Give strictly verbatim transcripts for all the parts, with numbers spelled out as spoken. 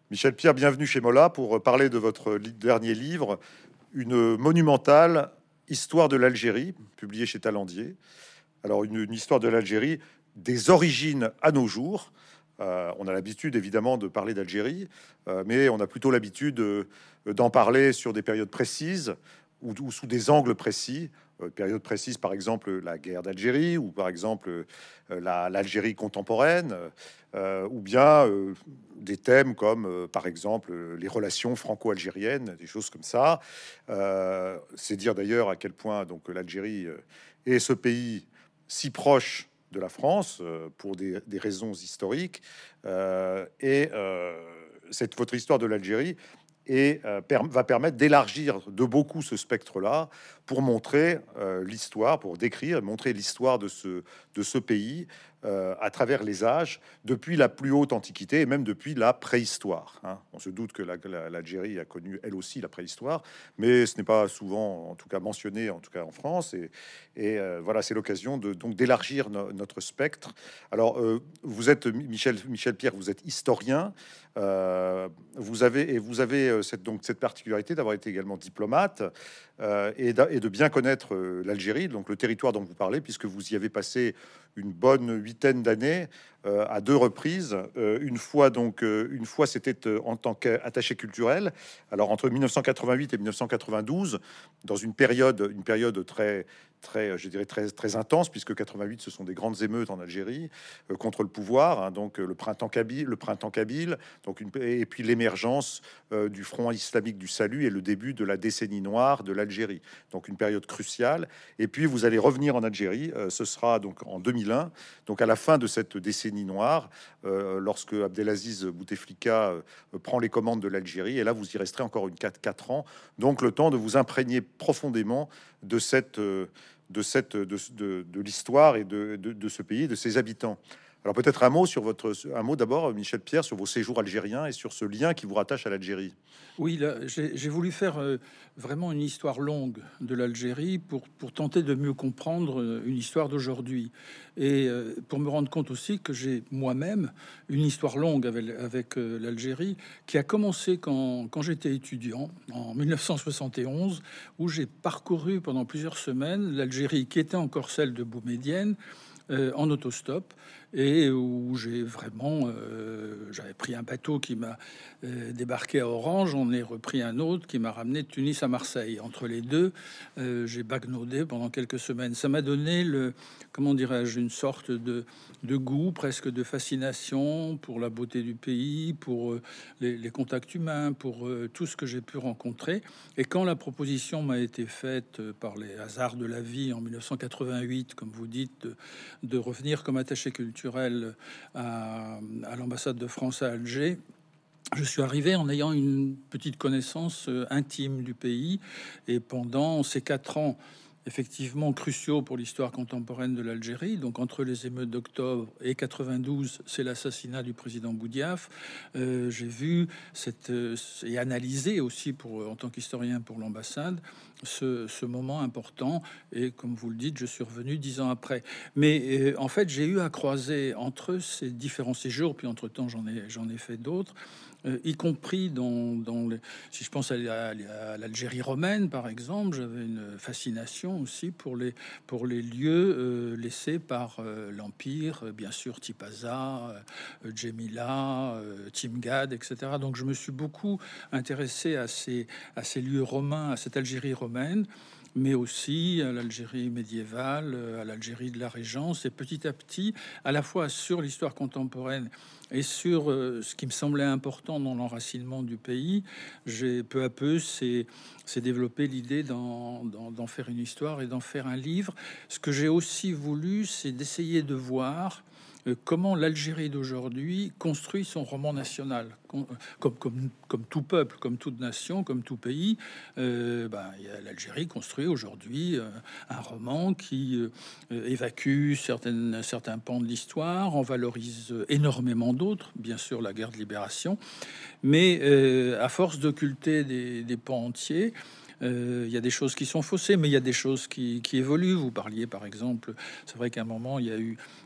Michel Pierre, bienvenue chez Mola pour parler de votre li- dernier livre, une monumentale histoire de l'Algérie, publié chez Talandier. Alors, une, une histoire de l'Algérie des origines à nos jours. Euh, on a l'habitude évidemment de parler d'Algérie, euh, mais on a plutôt l'habitude euh, d'en parler sur des périodes précises ou, ou sous des angles précis. Euh, période précise, par exemple la guerre d'Algérie, ou par exemple euh, la- l'Algérie contemporaine, euh, ou bien euh, des thèmes comme euh, par exemple euh, les relations franco-algériennes, des choses comme ça. Euh, c'est dire d'ailleurs à quel point donc l'Algérie euh, est ce pays si proche de la France euh, pour des, des raisons historiques. Euh, et euh, cette votre histoire de l'Algérie et euh, per- va permettre d'élargir de beaucoup ce spectre-là pour montrer euh, l'histoire, pour décrire, montrer l'histoire de ce, de ce pays euh, à travers les âges, depuis la plus haute antiquité et même depuis la préhistoire, hein. On se doute que la- la- l'Algérie a connu elle aussi la préhistoire, mais ce n'est pas souvent, en tout cas mentionné, en tout cas en France. Et, et, euh, voilà, c'est l'occasion de donc d'élargir no- notre spectre. Alors, euh, vous êtes Michel, Michel Pierre, vous êtes historien. Euh, vous avez et vous avez euh, cette donc cette particularité d'avoir été également diplomate euh, et, d'a- et de bien connaître euh, l'Algérie, donc le territoire dont vous parlez, puisque vous y avez passé une bonne huitaine d'années euh, à deux reprises. Euh, une fois donc euh, une fois c'était euh, en tant qu'attaché culturel. Alors entre mille neuf cent quatre-vingt-huit et mille neuf cent quatre-vingt-douze, dans une période une période très très je dirais très très intense, puisque quatre-vingt-huit ce sont des grandes émeutes en Algérie euh, contre le pouvoir, hein, donc euh, le printemps kabyle, le printemps kabyle, donc une, et puis l'émergence euh, du Front islamique du salut et le début de la décennie noire de l'Algérie. Donc une période cruciale. Et puis vous allez revenir en Algérie. Euh, ce sera donc en deux mille un, donc à la fin de cette décennie noire, euh, lorsque Abdelaziz Bouteflika euh, prend les commandes de l'Algérie. Et là, vous y resterez encore une quatre ans. Donc le temps de vous imprégner profondément de cette euh, de cette de, de, de l'histoire et de, de, de ce pays, de ses habitants. Alors peut-être un mot sur votre un mot d'abord, Michel Pierre, sur vos séjours algériens et sur ce lien qui vous rattache à l'Algérie. Oui, là, j'ai j'ai voulu faire euh, vraiment une histoire longue de l'Algérie pour, pour tenter de mieux comprendre euh, une histoire d'aujourd'hui. Et euh, pour me rendre compte aussi que j'ai moi-même une histoire longue avec, avec euh, l'Algérie qui a commencé quand, quand j'étais étudiant en mille neuf cent soixante et onze, où j'ai parcouru pendant plusieurs semaines l'Algérie qui était encore celle de Boumedienne euh, en autostop et où j'ai vraiment, euh, j'avais pris un bateau qui m'a euh, débarqué à Oran, j'en ai repris un autre qui m'a ramené de Tunis à Marseille. Entre les deux, euh, j'ai bagnaudé pendant quelques semaines. Ça m'a donné le, comment dirais-je, une sorte de, de goût, presque de fascination pour la beauté du pays, pour euh, les, les contacts humains, pour euh, tout ce que j'ai pu rencontrer. Et quand la proposition m'a été faite euh, par les hasards de la vie en mille neuf cent quatre-vingt-huit, comme vous dites, de, de revenir comme attaché culturel à, à l'ambassade de France à Alger, je suis arrivé en ayant une petite connaissance euh, intime du pays. Et pendant ces quatre ans, effectivement cruciaux pour l'histoire contemporaine de l'Algérie, donc entre les émeutes d'octobre et quatre-vingt-douze, c'est l'assassinat du président Boudiaf, euh, j'ai vu cette, euh, et analysé aussi pour, en tant qu'historien pour l'ambassade, ce, ce moment important. Et comme vous le dites, je suis revenu dix ans après. Mais euh, en fait, j'ai eu à croiser entre ces différents séjours, puis entre-temps, j'en ai, j'en ai fait d'autres, euh, y compris dans, dans les, si je pense à, la- à l'Algérie romaine, par exemple, j'avais une fascination aussi pour les, pour les lieux euh, laissés par euh, l'Empire, euh, bien sûr, Tipaza, euh, Djemila, euh, Timgad, et cetera. Donc je me suis beaucoup intéressé à ces, à ces lieux romains, à cette Algérie romaine, mais aussi à l'Algérie médiévale, euh, à l'Algérie de la Régence, et petit à petit, à la fois sur l'histoire contemporaine et sur euh, ce qui me semblait important dans l'enracinement du pays, j'ai peu à peu c'est c'est développé l'idée d'en, d'en, d'en faire une histoire et d'en faire un livre. Ce que j'ai aussi voulu, c'est d'essayer de voir euh, comment l'Algérie d'aujourd'hui construit son roman national, Com- comme, comme, comme tout peuple, comme toute nation, comme tout pays. Euh, ben, il y a l'Algérie construit aujourd'hui euh, un roman qui euh, évacue certaines, certains pans de l'histoire, en valorise énormément d'autres, bien sûr la guerre de libération, mais euh, à force d'occulter des, des pans entiers, euh, il y a des choses qui sont faussées, mais il y a des choses qui, qui évoluent. Vous parliez, par exemple, c'est vrai qu'à un moment, il y a eu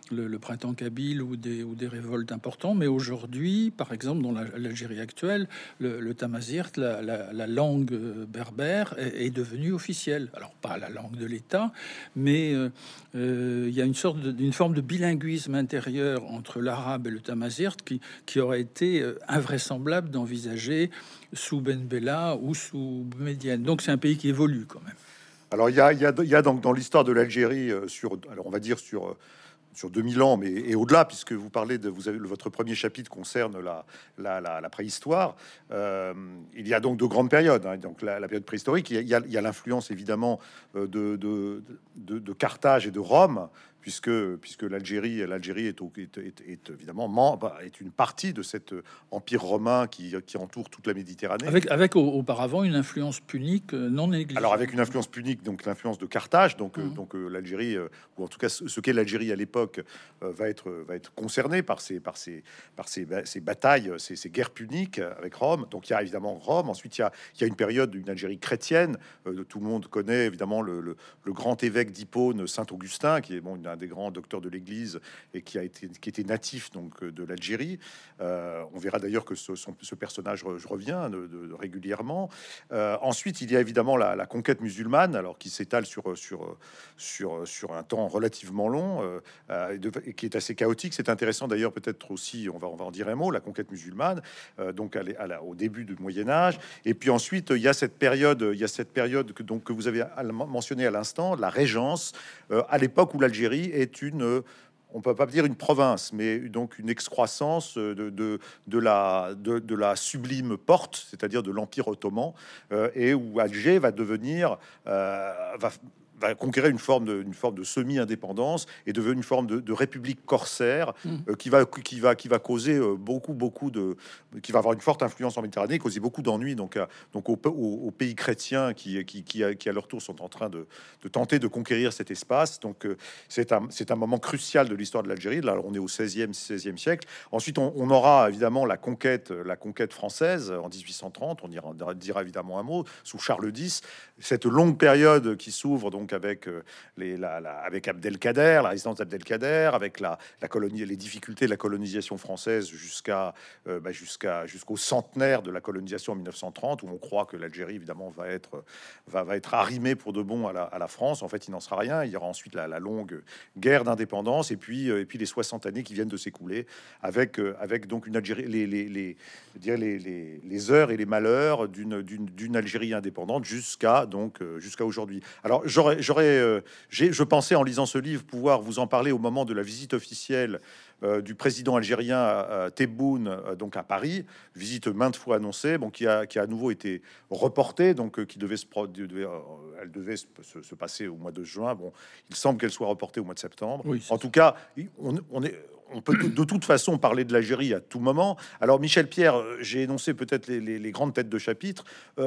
le, le printemps kabyle ou des, ou des révoltes importantes. Mais aujourd'hui, par exemple, dans la- l'Algérie actuelle, le, le tamazirt, la, la- la langue berbère, est, est devenue officielle. Alors, pas la langue de l'État, mais euh, euh, il y a une sorte de- d'une forme de bilinguisme intérieur entre l'arabe et le tamazirt qui, qui aurait été euh, invraisemblable d'envisager sous Ben Bella ou sous Médiane. Donc, c'est un pays qui évolue quand même. Alors, il y a, il y a, il y a donc dans l'histoire de l'Algérie, euh, sur, alors on va dire sur, euh, sur deux mille ans, mais et au-delà, puisque vous parlez de, vous avez votre premier chapitre concerne la, la, la, la préhistoire. Euh, il y a donc de grandes périodes. Hein, donc la, la période préhistorique, il y a, il y a- il y a l'influence évidemment euh, de, de, de, de Carthage et de Rome, puisque puisque l'Algérie, l'Algérie est, au- est, est- est évidemment membre, est une partie de cet euh, empire romain qui, qui entoure toute la Méditerranée. Avec, avec au- auparavant une influence punique euh, non négligeable. Alors avec une influence punique, donc l'influence de Carthage, donc euh, Mhm. donc euh, l'Algérie, euh, ou en tout cas ce, ce qu'est l'Algérie à l'époque, euh, va être va être concerné par ces par ces par ces, ba- ces batailles, ces, ces guerres puniques avec Rome. Donc il y a évidemment Rome. Ensuite il y a il y a une période d'une Algérie chrétienne. Euh, tout le monde connaît évidemment le, le, le grand évêque d'Hippone, Saint Augustin, qui est bon un des grands docteurs de l'Église et qui a été qui était natif donc euh, de l'Algérie. Euh, on verra d'ailleurs que ce, son- ce personnage re- revient de- de- régulièrement. Euh, ensuite, il y a évidemment la, la conquête musulmane, alors qui s'étale sur, sur, sur, sur un temps relativement long, euh, euh, et, de- et qui est assez chaotique. C'est intéressant d'ailleurs, peut-être aussi, on va, on va en dire un mot, la conquête musulmane, euh, donc à, la- à la- au début du Moyen Âge. Et puis ensuite, il y a cette période, il y a cette période que, donc, que vous avez al- mentionné à l'instant, la Régence, euh, à l'époque où l'Algérie est une on peut pas dire une province, mais donc une excroissance de, de, de la, de, de la sublime porte, c'est-à-dire de l'Empire ottoman, euh, et où Alger va devenir, euh, va, va conquérir une forme de, une forme de semi-indépendance et devenir une forme de, de république corsaire Mhm. euh, qui va, qui va, qui va causer euh, beaucoup, beaucoup de, qui va avoir une forte influence en Méditerranée, causer beaucoup d'ennuis donc, à- donc aux, aux- aux pays chrétiens qui, qui, qui, à, qui, à leur tour sont en train de, de tenter de conquérir cet espace. Donc euh, c'est un, c'est un moment crucial de l'histoire de l'Algérie. Là, on est au seizième, seizième siècle. Ensuite, on, on aura évidemment la conquête, la conquête française en dix-huit cent trente. On ira, dira évidemment un mot sous Charles X. Cette longue période qui s'ouvre donc avec euh, les, la, la- avec Abdelkader, la résidence d'Abdelkader, avec la, la colonie, les difficultés de la colonisation française jusqu'à euh, bah, jusqu'à jusqu'au centenaire de la colonisation en mille neuf cent trente, où on croit que l'Algérie évidemment va être va, va être arrimée pour de bon à la, à la France. En fait, il n'en sera rien. Il y aura ensuite la, la longue guerre d'indépendance et puis euh, et puis les soixante années qui viennent de s'écouler avec euh, avec donc une Algérie, les les les, je dirais les, les, les heures et les malheurs d'une d'une d'une Algérie indépendante jusqu'à donc euh, jusqu'à aujourd'hui. Alors j'aurais j'aurais euh, j'ai je pensais en lisant ce livre pouvoir vous en parler au moment de la visite officielle euh, du président algérien euh, Tebboune euh, donc à Paris, visite maintes fois annoncée, bon qui a qui a à nouveau été reportée, donc euh, qui devait se pro- devait, euh, elle devait se, se- se passer au mois de juin. Bon, il semble qu'elle soit reportée au mois de septembre. Oui, c'est En tout cas, on, on est on peut de, de toute façon parler de l'Algérie à tout moment. Alors Michel Pierre, euh, j'ai énoncé peut-être les, les- les grandes têtes de chapitre.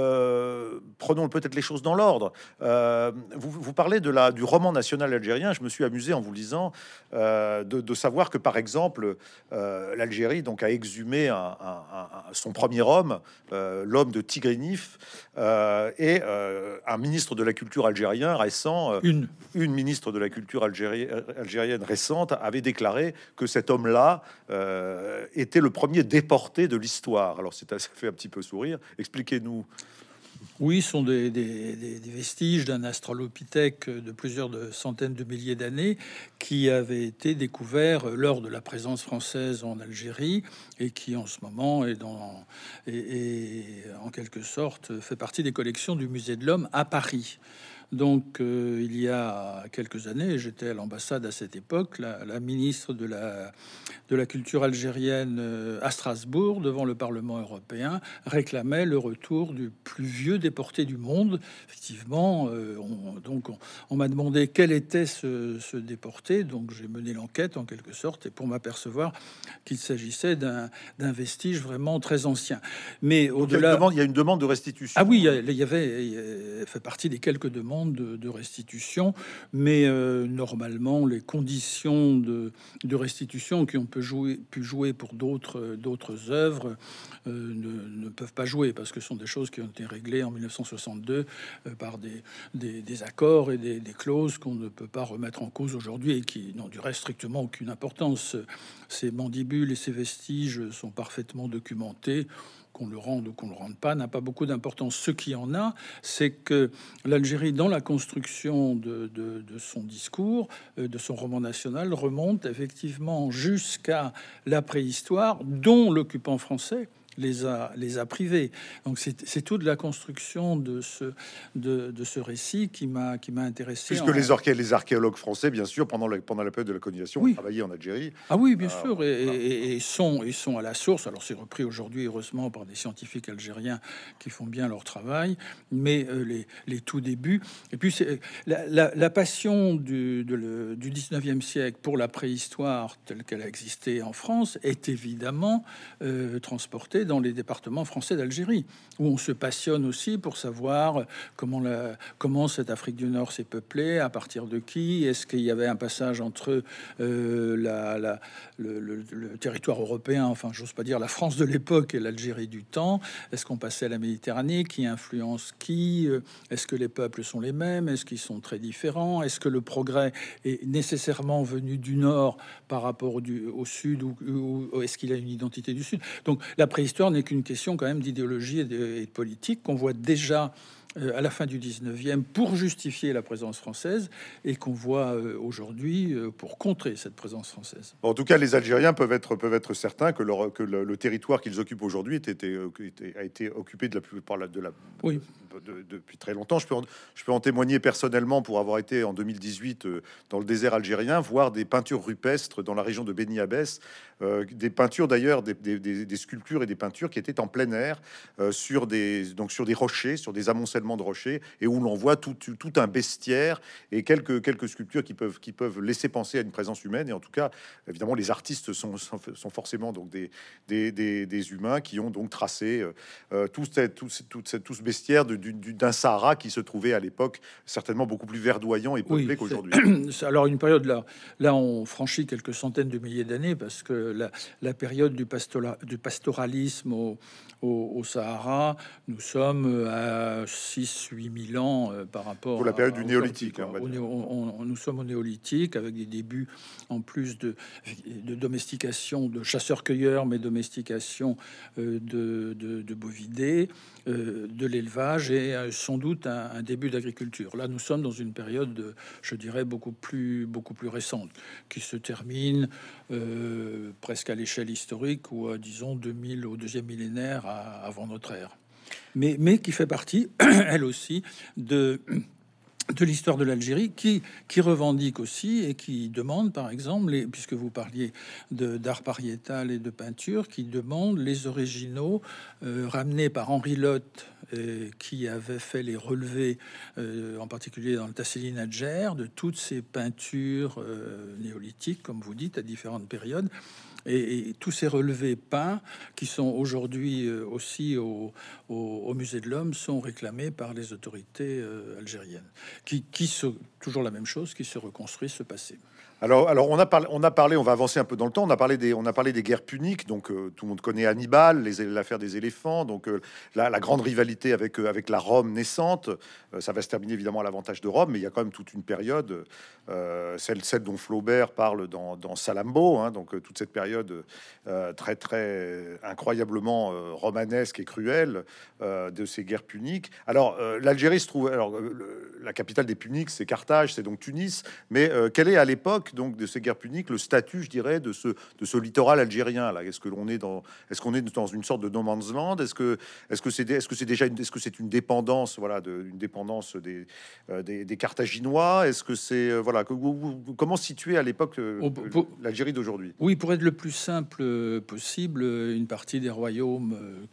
Euh, prenons peut-être les choses dans l'ordre. Euh, vous, vous parlez de la du roman national algérien. Je me suis amusé en vous lisant euh, de, de savoir que par exemple euh, l'Algérie donc a exhumé un- un- un- un- son premier homme, euh, l'homme de Tigrinif, euh, et euh, un ministre de la culture algérien récent, euh, une. une ministre de la culture algérie- algérienne récente avait déclaré que cet homme-là euh, était le premier déporté de l'histoire. Alors c'est ça fait un petit peu sourire. Expliquez-nous. Oui, ce sont des, des- des- des vestiges d'un astralopithèque de plusieurs de centaines de milliers d'années qui avait été découvert lors de la présence française en Algérie et qui en ce moment est dans et, et en quelque sorte fait partie des collections du Musée de l'Homme à Paris. Donc, euh, il y a quelques années, j'étais à l'ambassade à cette époque, la, la ministre de la, de la culture algérienne euh, à Strasbourg, devant le Parlement européen, réclamait le retour du plus vieux déporté du monde. Effectivement, euh, on, donc on, on m'a demandé quel était ce, ce déporté, donc j'ai mené l'enquête en quelque sorte, et pour m'apercevoir qu'il s'agissait d'un d'un vestige vraiment très ancien. Mais Donc, il, y a une au-delà... demande, il y a une demande de restitution. Ah oui, il y a- il y avait, il fait partie des quelques demandes demande de, de restitution, mais euh, normalement les conditions de, de restitution qui ont pu jouer, pu jouer pour d'autres d'autres œuvres euh, ne, ne peuvent pas jouer, parce que ce sont des choses qui ont été réglées en mille neuf cent soixante-deux euh, par des, des, des accords et des, des clauses qu'on ne peut pas remettre en cause aujourd'hui et qui n'ont du reste strictement aucune importance. Ces mandibules et ces vestiges sont parfaitement documentés. Qu'on le rende ou qu'on le rende pas n'a pas beaucoup d'importance. Ce qui en a, c'est que l'Algérie, dans la construction de, de, de son discours, euh, de son roman national, remonte effectivement jusqu'à la préhistoire, dont l'occupant français les a, les a privés. Donc c'est, c'est toute la construction de ce, de, de ce récit qui m'a, qui m'a intéressé. Puisque en... les, arché- les archéologues français, bien sûr, pendant la, pendant la période de la colonisation, Oui. ont travaillé en Algérie. Ah oui, bien euh, sûr, et, et, et sont, ils sont à la source. Alors c'est repris aujourd'hui, heureusement, par des scientifiques algériens qui font bien leur travail, mais euh, les, les tout débuts. Et puis c'est la, la, la passion du, de le, du dix-neuvième siècle pour la préhistoire telle qu'elle a existé en France est évidemment euh, transportée dans les départements français d'Algérie, où on se passionne aussi pour savoir comment, la, comment cette Afrique du Nord s'est peuplée, à partir de qui, est-ce qu'il y avait un passage entre euh, la, la, le, le, le territoire européen, enfin j'ose pas dire la France de l'époque et l'Algérie du temps, est-ce qu'on passait à la Méditerranée, qui influence qui, est-ce que les peuples sont les mêmes, est-ce qu'ils sont très différents, est-ce que le progrès est nécessairement venu du Nord par rapport du, au Sud, ou, ou, ou est-ce qu'il a une identité du Sud? Donc la préhistoire n'est qu'une question quand même d'idéologie et de, et de politique qu'on voit déjà euh, à la fin du dix-neuvième pour justifier la présence française et qu'on voit euh, aujourd'hui euh, pour contrer cette présence française. En tout cas, les Algériens peuvent être, peuvent être certains que, leur, que le, le territoire qu'ils occupent aujourd'hui était, était, était- a été occupé de la plupart de la, Oui. de- de- depuis très longtemps. Je peux, en, je peux en témoigner personnellement pour avoir été en deux mille dix-huit euh, dans le désert algérien, voir des peintures rupestres dans la région de Beni Abbès, euh, des peintures d'ailleurs, des, des- des- des sculptures et des peintures qui étaient en plein air euh, sur des, donc sur des rochers, sur des amoncellements de rochers, et où l'on voit tout, tout un bestiaire et quelques, quelques sculptures qui peuvent, qui peuvent laisser penser à une présence humaine. Et en tout cas, évidemment, les artistes sont, sont, sont forcément donc des, des, des, des humains qui ont donc tracé euh, tout, cette, tout, ce- tout, ce- tout ce bestiaire de- du- du- d'un Sahara qui se trouvait à l'époque certainement beaucoup plus verdoyant et peuplé Oui, qu'aujourd'hui. c'est- alors une période là, là on franchit quelques centaines de milliers d'années parce que la, la période du, pastola- du pastoralisme au, au- au Sahara, nous sommes à six huit mille ans euh, par rapport Pour la période à- du à néolithique, aujourd'hui, hein, on va quoi. dire. On est- on- on- nous sommes au néolithique avec des débuts en plus de, de domestication de chasseurs-cueilleurs, mais domestication euh, de, de, de bovidés, euh, de l'élevage et euh, sans doute un, un début d'agriculture. Là, nous sommes dans une période, de, je dirais, beaucoup plus, beaucoup plus récente, qui se termine euh, presque à l'échelle historique ou, à, disons, deux mille au deuxième millénaire à- avant notre ère. Mais, mais qui fait partie, elle aussi, de de l'histoire de l'Algérie, qui, qui revendique aussi et qui demande, par exemple, les, puisque vous parliez de, d'art pariétal et de peinture, qui demande les originaux euh, ramenés par Henri Lotte, euh, qui avait fait les relevés, euh, en particulier dans le Tasseline Adjer, de toutes ces peintures euh, néolithiques, comme vous dites, à différentes périodes. Et, et tous ces relevés peints, qui sont aujourd'hui euh, aussi au, au, au Musée de l'Homme, sont réclamés par les autorités euh, algériennes, qui, qui se, toujours la même chose, qui se reconstruit ce passé. Alors, alors on a parlé, on a parlé, on va avancer un peu dans le temps. On a parlé des, on a parlé des guerres puniques. Donc, euh, tout le monde connaît Hannibal, les, l'affaire des éléphants. Donc, euh, la, la grande rivalité avec euh, avec la Rome naissante. Euh, ça va se terminer évidemment à l'avantage de Rome, mais il y a quand même toute une période, euh, celle, celle dont Flaubert parle dans, dans Salammbô. Hein, donc, euh, toute cette période euh, très très incroyablement euh, romanesque et cruelle euh, de ces guerres puniques. Alors, euh, l'Algérie se trouve. Alors, euh, le- la capitale des Puniques, c'est Carthage, c'est donc Tunis. Mais euh, quelle est à l'époque donc de ces guerres puniques le statut, je dirais, de ce de ce littoral algérien là? Est-ce que l'on est dans est-ce qu'on est dans une sorte de no man's land? Est-ce que est-ce que c'est est-ce que c'est déjà une est-ce que c'est une dépendance, voilà, de une dépendance des euh, des, des Carthaginois? Est-ce que c'est euh, voilà que, où- où- comment situer à l'époque euh, Oh, pour- l'Algérie d'aujourd'hui? Oui, pour être le plus simple possible, une partie des royaumes euh, que-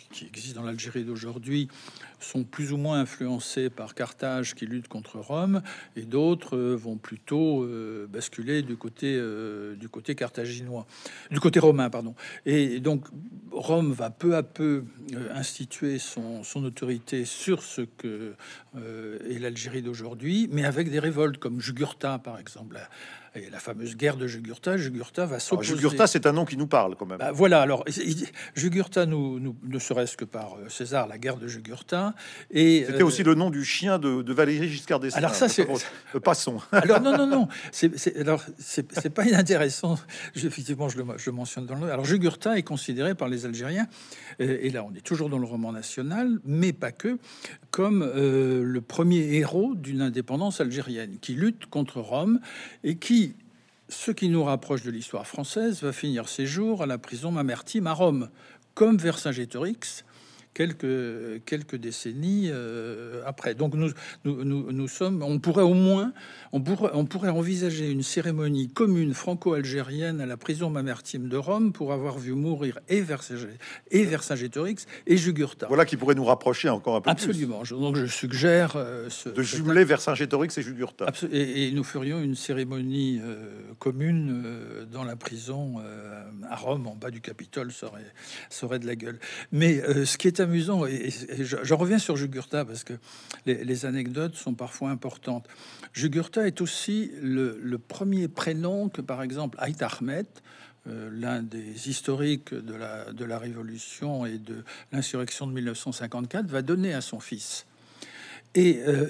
qui existent dans l'Algérie d'aujourd'hui sont plus ou moins influencés par Carthage qui lutte contre Rome, et d'autres euh, vont plutôt euh, basculer du côté euh, du côté carthaginois, du côté romain, pardon. Et donc Rome va peu à peu euh, instituer son, son autorité sur ce que euh, est l'Algérie d'aujourd'hui, mais avec des révoltes comme Jugurtha, par exemple. Et la fameuse guerre de Jugurtha, Jugurtha va s'opposer. Jugurtha, c'est un nom qui nous parle quand même. Bah, voilà, alors Jugurtha, nous, nous, ne serait-ce que par César, la guerre de Jugurtha. Et c'était euh, aussi le nom du chien de, de Valéry Giscard d'Estaing. Alors ça, c'est euh, passons. Alors non, non, non, c'est alors c'est pas inintéressant. Je, effectivement, je le, je le mentionne dans le. Alors Jugurtha est considéré par les Algériens, euh, et là on est toujours dans le roman national, mais pas que, comme euh, le premier héros d'une indépendance algérienne qui lutte contre Rome et qui, ce qui nous rapproche de l'histoire française, va finir ses jours à la prison Mamertine à Rome, comme Vercingétorix, quelques, quelques décennies euh, après. Donc nous, nous, nous, nous sommes, on pourrait au moins, on pourrait, on pourrait envisager une cérémonie commune franco-algérienne à la prison Mamertine de Rome pour avoir vu mourir et Vercingé- et Vercingétorix et Jugurtha. Voilà qui pourrait nous rapprocher encore un peu Absolument. plus. Absolument. Donc je suggère euh, ce, de jumeler Vercingétorix et Jugurtha. Absol- et, et nous ferions une cérémonie euh, commune euh, dans la prison euh, à Rome, en bas du Capitole, ça aurait, ça aurait de la gueule. Mais euh, ce qui est amusant, et, et je, je reviens sur Jugurtha parce que les, les anecdotes sont parfois importantes. Jugurtha est aussi le, le premier prénom que, par exemple, Haït Ahmed, euh, l'un des historiques de la, de la Révolution et de l'insurrection de mille neuf cent cinquante-quatre, va donner à son fils. Et euh,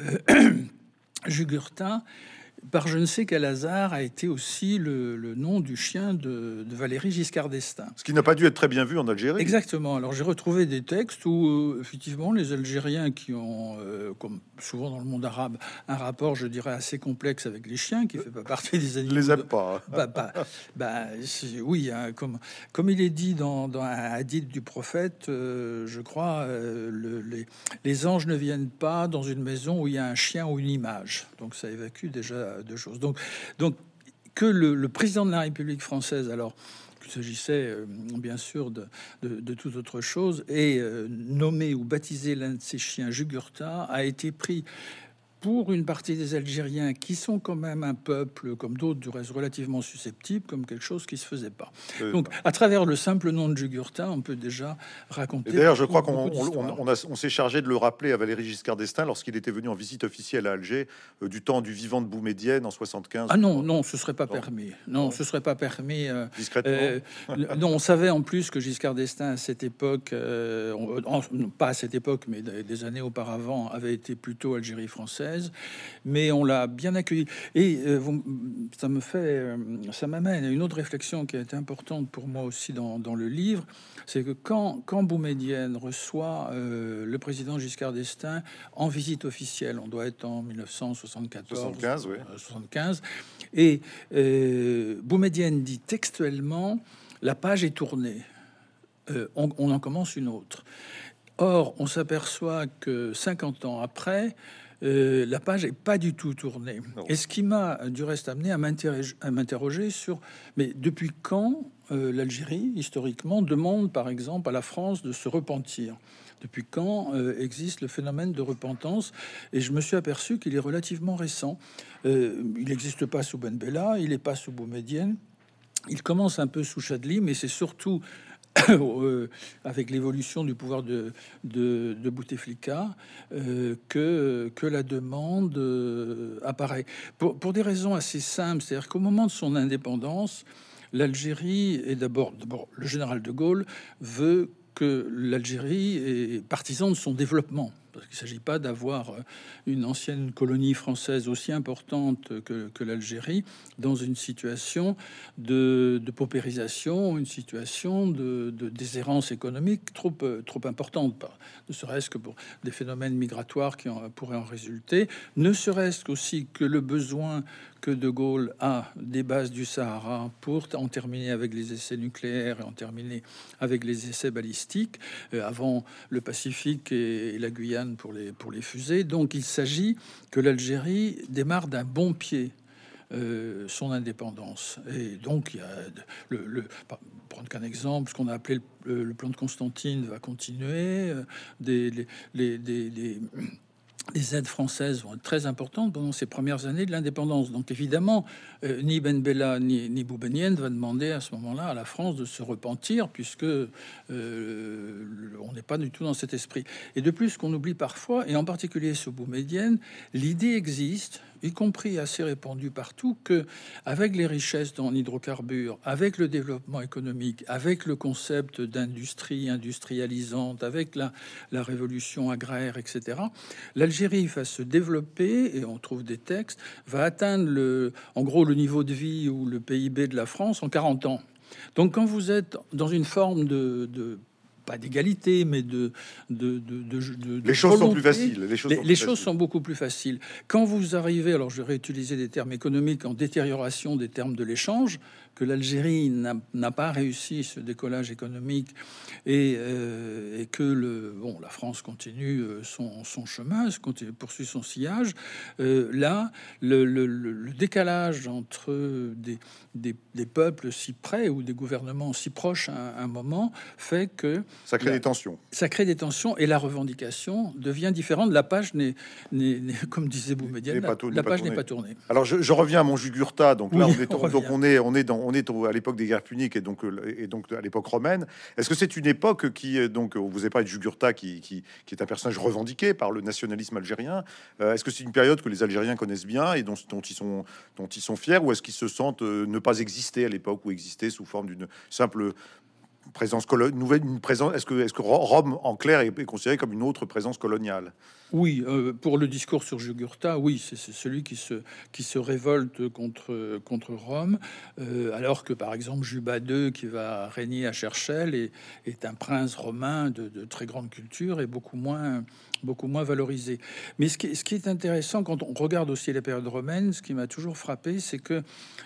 Jugurtha, par je ne sais quel hasard, a été aussi le, le nom du chien de, de Valéry Giscard d'Estaing. Ce qui n'a pas dû être très bien vu en Algérie. Exactement. Alors j'ai retrouvé des textes où, euh, effectivement, les Algériens qui ont, euh, comme souvent dans le monde arabe, un rapport, je dirais, assez complexe avec les chiens, qui fait pas partie des animaux. Les aime pas. Bah, bah, bah, oui, hein, comme, comme il est dit dans, dans un hadith du prophète, euh, je crois, euh, le, les, les anges ne viennent pas dans une maison où il y a un chien ou une image. Donc ça évacue déjà deux choses. Donc, donc que le, le président de la République française, alors qu'il s'agissait euh, bien sûr de, de, de toute autre chose, et euh, nommé ou baptisé l'un de ses chiens Jugurtha, a été pris pour une partie des Algériens qui sont quand même un peuple, comme d'autres du reste, relativement susceptible, comme quelque chose qui se faisait pas. Euh, Donc, à travers le simple nom de Jugurtha, on peut déjà raconter. D'ailleurs, je crois qu'on on, on, on s'est chargé de le rappeler à Valéry Giscard d'Estaing lorsqu'il était venu en visite officielle à Alger euh, du temps du vivant de Boumedienne en soixante-quinze. Ah non, non, ce serait pas non. permis. Non, non, ce serait pas permis. Euh, Discrètement. Euh, non, on savait en plus que Giscard d'Estaing à cette époque, euh, on, pas à cette époque, mais des années auparavant, avait été plutôt Algérie française. Mais on l'a bien accueilli. Et euh, vous, ça me fait, euh, ça m'amène à une autre réflexion qui a été importante pour moi aussi dans, dans le livre, c'est que quand, quand Boumedienne reçoit euh, le président Giscard d'Estaing en visite officielle, on doit être en mille neuf cent soixante-quatorze, soixante-quinze, oui. soixante-quinze, et euh, Boumedienne dit textuellement, la page est tournée, euh, on, on en commence une autre. Or, on s'aperçoit que cinquante ans après, Euh, la page est pas du tout tournée. Non. Et ce qui m'a du reste amené à m'interroger sur, mais depuis quand euh, l'Algérie, historiquement, demande par exemple à la France de se repentir? Depuis quand euh, existe le phénomène de repentance? Et je me suis aperçu qu'il est relativement récent. Euh, il n'existe pas sous Ben Bella, il n'est pas sous Boumedienne. Il commence un peu sous Chadli, mais c'est surtout Euh, avec l'évolution du pouvoir de, de, de Bouteflika, euh, que, que la demande euh, apparaît. Pour, pour des raisons assez simples, c'est-à-dire qu'au moment de son indépendance, l'Algérie, et d'abord, d'abord le général de Gaulle, veut que l'Algérie est partisan de son développement. Parce qu'il ne s'agit pas d'avoir une ancienne colonie française aussi importante que, que l'Algérie dans une situation de, de paupérisation, une situation de, de déshérence économique trop, trop importante, ne serait-ce que pour des phénomènes migratoires qui en, pourraient en résulter, ne serait-ce qu'aussi que le besoin que De Gaulle a des bases du Sahara pour en terminer avec les essais nucléaires et en terminer avec les essais balistiques, euh, avant le Pacifique et, et la Guyane pour les, pour les fusées. Donc il s'agit que l'Algérie démarre d'un bon pied euh, son indépendance. Et donc, il y a le, le pour prendre qu'un exemple, ce qu'on a appelé le, le plan de Constantine va continuer, euh, des, les, les, les, les les aides françaises vont être très importantes pendant ces premières années de l'indépendance. Donc évidemment, euh, ni Ben Bella ni, ni Boumedienne va demander à ce moment-là à la France de se repentir, puisque euh, on n'est pas du tout dans cet esprit. Et de plus, qu'on oublie parfois, et en particulier sous Boumedienne, l'idée existe, y compris assez répandue partout, que avec les richesses en hydrocarbures, avec le développement économique, avec le concept d'industrie industrialisante, avec la, la révolution agraire, et cetera, l'Algérie va se développer, et on trouve des textes, va atteindre le, en gros le niveau de vie ou le P I B de la France en quarante ans. Donc quand vous êtes dans une forme de, de pas d'égalité, mais de, de, de, de, de les choses volonté, sont plus faciles. Les choses, les, sont, les plus choses faciles. sont beaucoup plus faciles. Quand vous arrivez, alors je vais réutiliser des termes économiques, en détérioration des termes de l'échange, que l'Algérie n'a pas réussi ce décollage économique et, euh, et que le, bon, la France continue son, son chemin, continue, poursuit son sillage, euh, là, le, le, le décalage entre des, des, des peuples si près ou des gouvernements si proches à un moment fait que ça crée la, des tensions. Ça crée des tensions et la revendication devient différente. La page n'est, comme disait Boumedienne, la, la page n'est pas tournée. Alors je, je reviens à mon Jugurtha. Donc là, oui, on est, on donc on est, on est dans, on est à l'époque des guerres puniques et donc et donc à l'époque romaine. Est-ce que c'est une époque qui donc vous avez parlé de Jugurtha qui, qui, qui est un personnage revendiqué par le nationalisme algérien. Euh, est-ce que c'est une période que les Algériens connaissent bien et dont, dont ils sont dont ils sont fiers, ou est-ce qu'ils se sentent euh, ne pas exister à l'époque, ou exister sous forme d'une simple présence coloniale, nouvelle, une présence. Est-ce que, est-ce que Rome, en clair, est, est considérée comme une autre présence coloniale? Oui, euh, pour le discours sur Jugurtha, oui, c'est celui qui se, qui se révolte contre, contre Rome, euh, alors que, par exemple, Juba deux, qui va régner à Cherchell, est, est un prince romain de, de très grande culture et beaucoup moins, beaucoup moins valorisé. Mais ce qui, ce qui est intéressant, quand on regarde aussi la période romaine, ce qui m'a toujours frappé, c'est que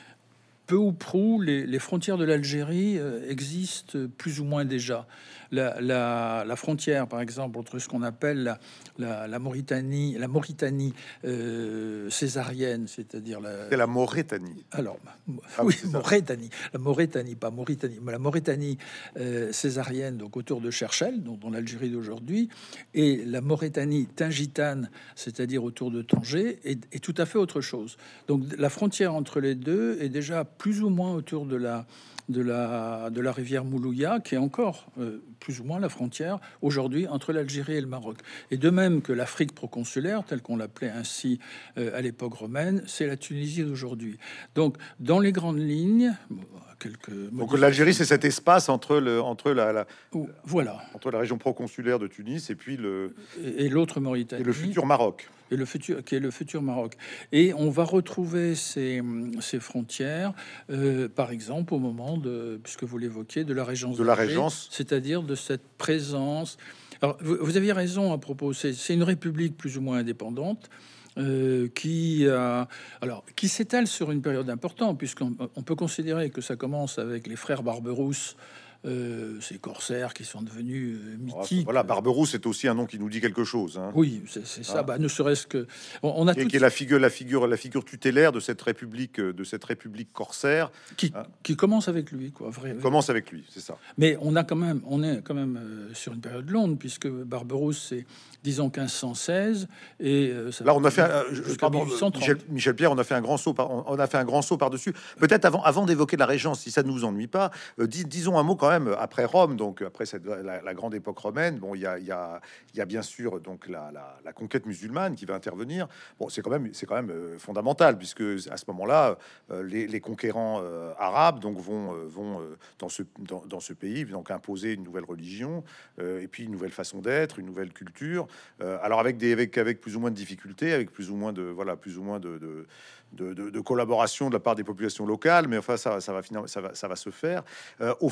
peu ou prou, les, les frontières de l'Algérie euh, existent plus ou moins déjà. La, la, la frontière, par exemple, entre ce qu'on appelle la, la, la Mauritanie, la Mauritanie euh, césarienne, c'est-à-dire la... C'est la Mauritanie. Alors, ah, oui, Mauritanie, la Mauritanie, pas Mauritanie, mais la Mauritanie euh, césarienne, donc autour de Cherchell, donc dans l'Algérie d'aujourd'hui, et la Mauritanie tingitane, c'est-à-dire autour de Tanger, est, est tout à fait autre chose. Donc, la frontière entre les deux est déjà plus ou moins autour de la de la de la rivière Moulouya, qui est encore euh, plus ou moins la frontière aujourd'hui entre l'Algérie et le Maroc. Et de même que l'Afrique proconsulaire, telle qu'on l'appelait ainsi euh, à l'époque romaine, c'est la Tunisie d'aujourd'hui. Donc, dans les grandes lignes, quelques donc l'Algérie, c'est cet espace entre le entre la, la voilà entre la région proconsulaire de Tunis et puis le et, et l'autre Mauritanie et le futur Maroc. Et le futur, qui est le futur Maroc. Et on va retrouver ces, ces frontières, euh, par exemple, au moment de, puisque vous l'évoquiez, de la régence. De la régence. C'est-à-dire de cette présence. Alors, vous, vous aviez raison à propos, c'est une république plus ou moins indépendante. Euh, qui, euh, alors, qui s'étale sur une période importante, puisqu'on on peut considérer que ça commence avec les frères Barberousse, Euh, ces corsaires qui sont devenus euh, mythiques. Voilà, Barberousse, c'est aussi un nom qui nous dit quelque chose. Hein. Oui, c'est ça. Ah. Bah, ne serait-ce que on, on a qui, qui est la figure, la figure, la figure tutélaire de cette république, de cette république corsaire, qui, hein. qui commence avec lui, quoi. Vrai, commence avec lui, c'est ça. Mais on a quand même, on est quand même euh, sur une période longue, puisque Barberousse, c'est disons quinze cent seize, et euh, ça là on a fait, un, je, pardon, Michel, Michel Pierre, on a fait un grand saut, par, on a fait un grand saut par dessus. Peut-être avant, avant d'évoquer la Régence, si ça ne nous ennuie pas, euh, dis, disons un mot quand même après Rome, donc après cette, la, la grande époque romaine. Bon, il y a, il y a, il y a bien sûr donc la, la, la conquête musulmane qui va intervenir. Bon, c'est quand même, c'est quand même euh, fondamental, puisque à ce moment-là, euh, les, les conquérants euh, arabes donc vont, euh, vont euh, dans ce dans, dans ce pays donc imposer une nouvelle religion euh, et puis une nouvelle façon d'être, une nouvelle culture. Euh, alors avec des avec avec plus ou moins de difficultés, avec plus ou moins de voilà plus ou moins de, de De, de, de collaboration de la part des populations locales, mais enfin ça, ça va finir, ça va, ça va se faire. Euh, au fond, euh,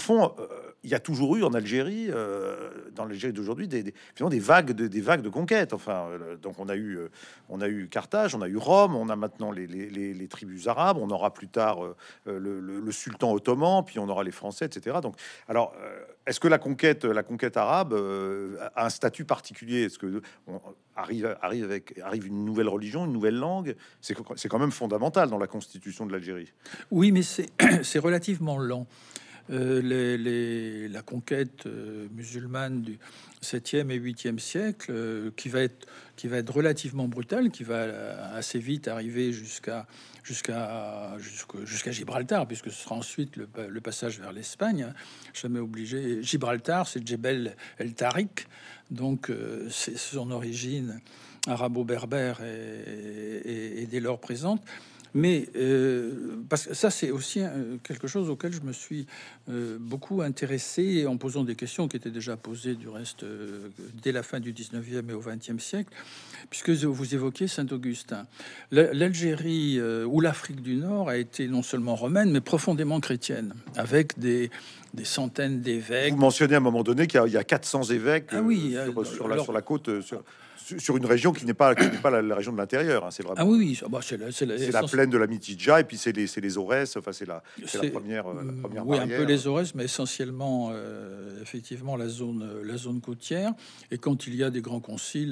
il y a toujours eu en Algérie, euh, dans l'Algérie d'aujourd'hui, des, des, finalement, des vagues de, des vagues de conquête. Enfin, euh, donc on a eu, euh, on a eu Carthage, on a eu Rome, on a maintenant les, les, les, les tribus arabes, on aura plus tard euh, le, le, le sultan ottoman, puis on aura les Français, et cetera. Donc, alors, euh, est-ce que la conquête, la conquête arabe euh, a un statut particulier? Est-ce que on arrive, arrive avec arrive une nouvelle religion, une nouvelle langue? C'est c'est quand même fondamental dans la constitution de l'Algérie. Oui, mais c'est c'est relativement lent. Euh, les, les- la conquête euh, musulmane du septième et huitième siècle, euh, qui va être qui va être relativement brutale, qui va euh, assez vite arriver jusqu'à jusqu'à jusqu'au- jusqu'à Gibraltar, puisque ce sera ensuite le, pa- le passage vers l'Espagne. Jamais obligé. Gibraltar, c'est Djebel el Tariq, donc euh, c'est son origine arabo-berbère et, et- et dès lors présente. Mais euh, parce que ça, c'est aussi euh, quelque chose auquel je me suis euh, beaucoup intéressé en posant des questions qui étaient déjà posées du reste euh, dès la fin du dix-neuvième et au vingtième siècle, puisque vous évoquiez Saint-Augustin. La- L'Algérie euh, ou l'Afrique du Nord a été non seulement romaine, mais profondément chrétienne, avec des, des centaines d'évêques. Vous mentionnez à un moment donné qu'il y, a- il y a quatre cents évêques Ah oui, euh, sur, euh, sur la, alors- sur la côte, euh, sur, sur une région qui n'est pas, qui n'est pas la, la région de l'intérieur. Hein, c'est vraiment, Ah oui, oui, bah, c'est la, c'est la- c'est la plaine de la Mitidja, et puis c'est les, c'est les Aurès. Enfin, c'est la, c'est la C'est- première, euh, la première oui, un barrière. peu les Aurès, mais essentiellement, euh, effectivement, la zone, la zone côtière. Et quand il y a des grands conciles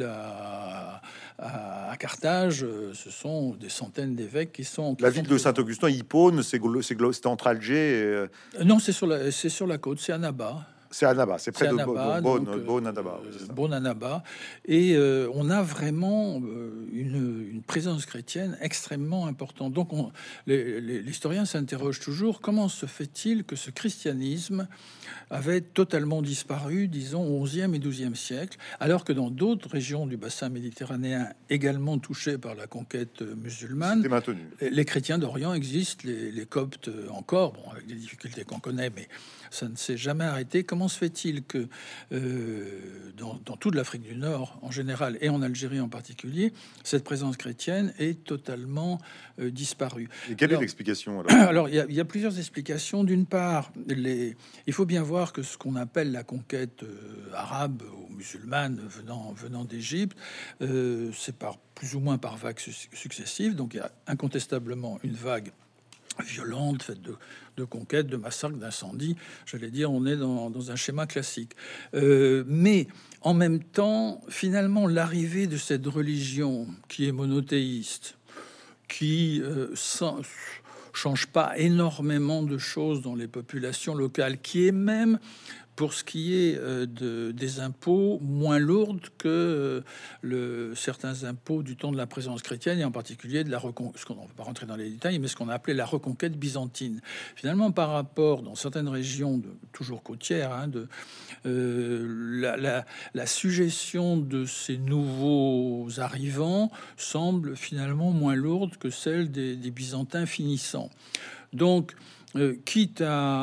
à, à, à Carthage, euh, ce sont des centaines d'évêques qui sont. qui La sont ville de présents. Saint-Augustin, Hippone, c'est glo- c'est glo- c'est entre Alger et euh, Euh, Non, c'est sur la, c'est sur la côte, c'est Annaba. c'est Annaba, c'est près C'est de Bo- Annaba, Bo- Beaune, donc, euh, Beaune, Annaba. Oui, c'est ça. Beaune, Annaba. Et euh, on a vraiment euh, une, une présence chrétienne extrêmement importante. Donc, on- les- les- l'historien s'interroge toujours, comment se fait-il que ce christianisme avait totalement disparu, disons, au onzième et douzième siècle, alors que dans d'autres régions du bassin méditerranéen également touchées par la conquête euh, musulmane, C'était maintenu. les les chrétiens d'Orient existent, les, les coptes euh, encore, bon, avec des difficultés qu'on connaît, mais ça ne s'est jamais arrêté. Comment se fait-il que euh, dans, dans toute l'Afrique du Nord en général et en Algérie en particulier, cette présence chrétienne est totalement euh, disparue? Et quelle Alors- est l'explication alors? Alors, il y, a, il y a plusieurs explications. D'une part, les, il faut bien voir que ce qu'on appelle la conquête euh, arabe ou musulmane venant, venant d'Égypte, euh, c'est par plus ou moins par vagues su- successives. Donc, il y a incontestablement une vague violente, faite de, de conquêtes, de massacres, d'incendies. J'allais dire, on est dans, dans un schéma classique. Euh, mais en même temps, finalement, l'arrivée de cette religion qui est monothéiste, qui euh, sans- change pas énormément de choses dans les populations locales, qui est même, pour ce qui est euh, de, des impôts, moins lourde que euh, le, certains impôts du temps de la présence chrétienne, et en particulier de la reconquête, ce qu'on ne va pas rentrer dans les détails, mais ce qu'on a appelé la reconquête byzantine. Finalement, par rapport, dans certaines régions, de, toujours côtières, hein, de, euh, la, la, la suggestion de ces nouveaux arrivants semble finalement moins lourde que celle des, des Byzantins finissants. Donc, euh, quitte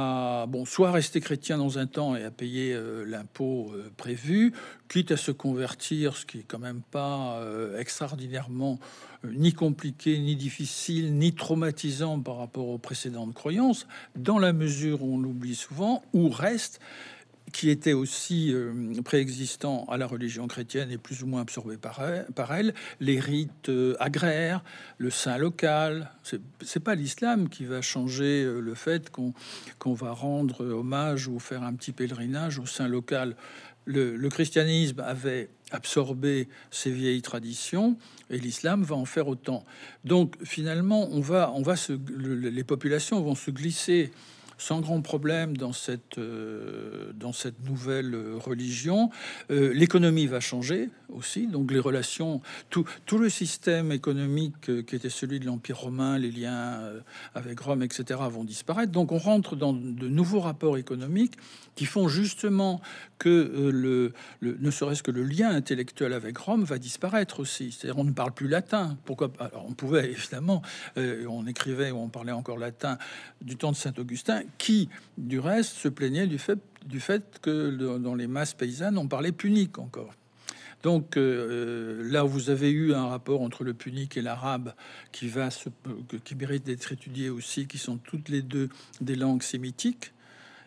à bon, soit rester chrétien dans un temps et à payer euh, l'impôt euh, prévu, quitte à se convertir, ce qui est quand même pas euh, extraordinairement euh, ni compliqué, ni difficile, ni traumatisant par rapport aux précédentes croyances, dans la mesure où on l'oublie souvent, ou reste qui était aussi euh, préexistant à la religion chrétienne et plus ou moins absorbé par elle, par elle les rites euh, agraires, le saint local. C'est, c'est pas l'islam qui va changer euh, le fait qu'on qu'on va rendre hommage ou faire un petit pèlerinage au saint local. Le, le christianisme avait absorbé ces vieilles traditions et l'islam va en faire autant. Donc finalement, on va, on va se, le, les populations vont se glisser sans grand problème dans cette, euh, dans cette nouvelle euh, religion. Euh, l'économie va changer aussi, donc les relations, tout, tout le système économique euh, qui était celui de l'Empire romain, les liens euh, avec Rome, et cetera, vont disparaître. Donc on rentre dans de nouveaux rapports économiques qui font justement que euh, le, le, ne serait-ce que le lien intellectuel avec Rome va disparaître aussi. C'est-à-dire on ne parle plus latin. Pourquoi pas? Alors on pouvait évidemment, euh, on écrivait ou on parlait encore latin du temps de Saint-Augustin, qui, du reste, se plaignait du fait, du fait que dans les masses paysannes, on parlait punique encore. Donc euh, là où vous avez eu un rapport entre le punique et l'arabe qui, va se, qui mérite d'être étudié aussi, qui sont toutes les deux des langues sémitiques,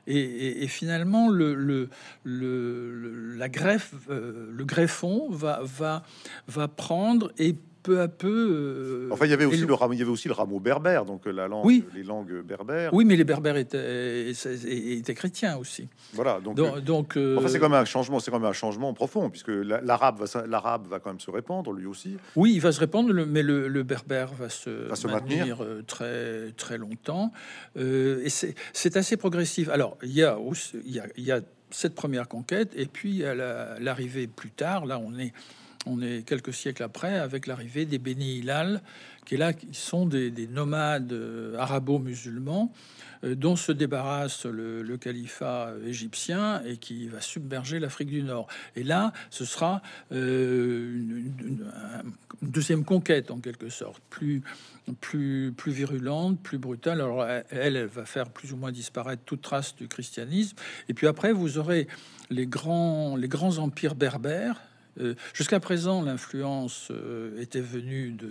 Et, et- et finalement, le, le, le- le- la greffe, euh, le greffon va, va, va prendre et peu à peu. Enfin, il y avait euh, aussi élo- le rameau, il y avait aussi le rameau berbère, donc euh, la langue, oui, les langues berbères. oui, mais les Berbères étaient, étaient chrétiens aussi. Voilà, donc, euh, Donc, donc, enfin, c'est euh, quand même un changement, c'est quand même un changement profond, puisque la- l'arabe va, s- l'arabe va quand même se répandre, lui aussi, oui, il va se répandre, le- mais le, le berbère va se va se maintenir. maintenir euh, très très longtemps. Euh, et c'est c'est assez progressif. Alors, il y a aussi, il y a, il y a cette première conquête, et puis il y a la- l'arrivée plus tard. Là, on est on est quelques siècles après, avec l'arrivée des Beni Hilal, qui est là, qui sont des, des nomades euh, arabo-musulmans euh, dont se débarrasse le, le califat égyptien et qui va submerger l'Afrique du Nord. Et là, ce sera euh, une, une- une deuxième conquête en quelque sorte, plus plus plus virulente, plus brutale. Alors elle, elle va faire plus ou moins disparaître toute trace du christianisme. Et puis après, vous aurez les grands les grands empires berbères. Euh, jusqu'à présent, l'influence euh, était venue de,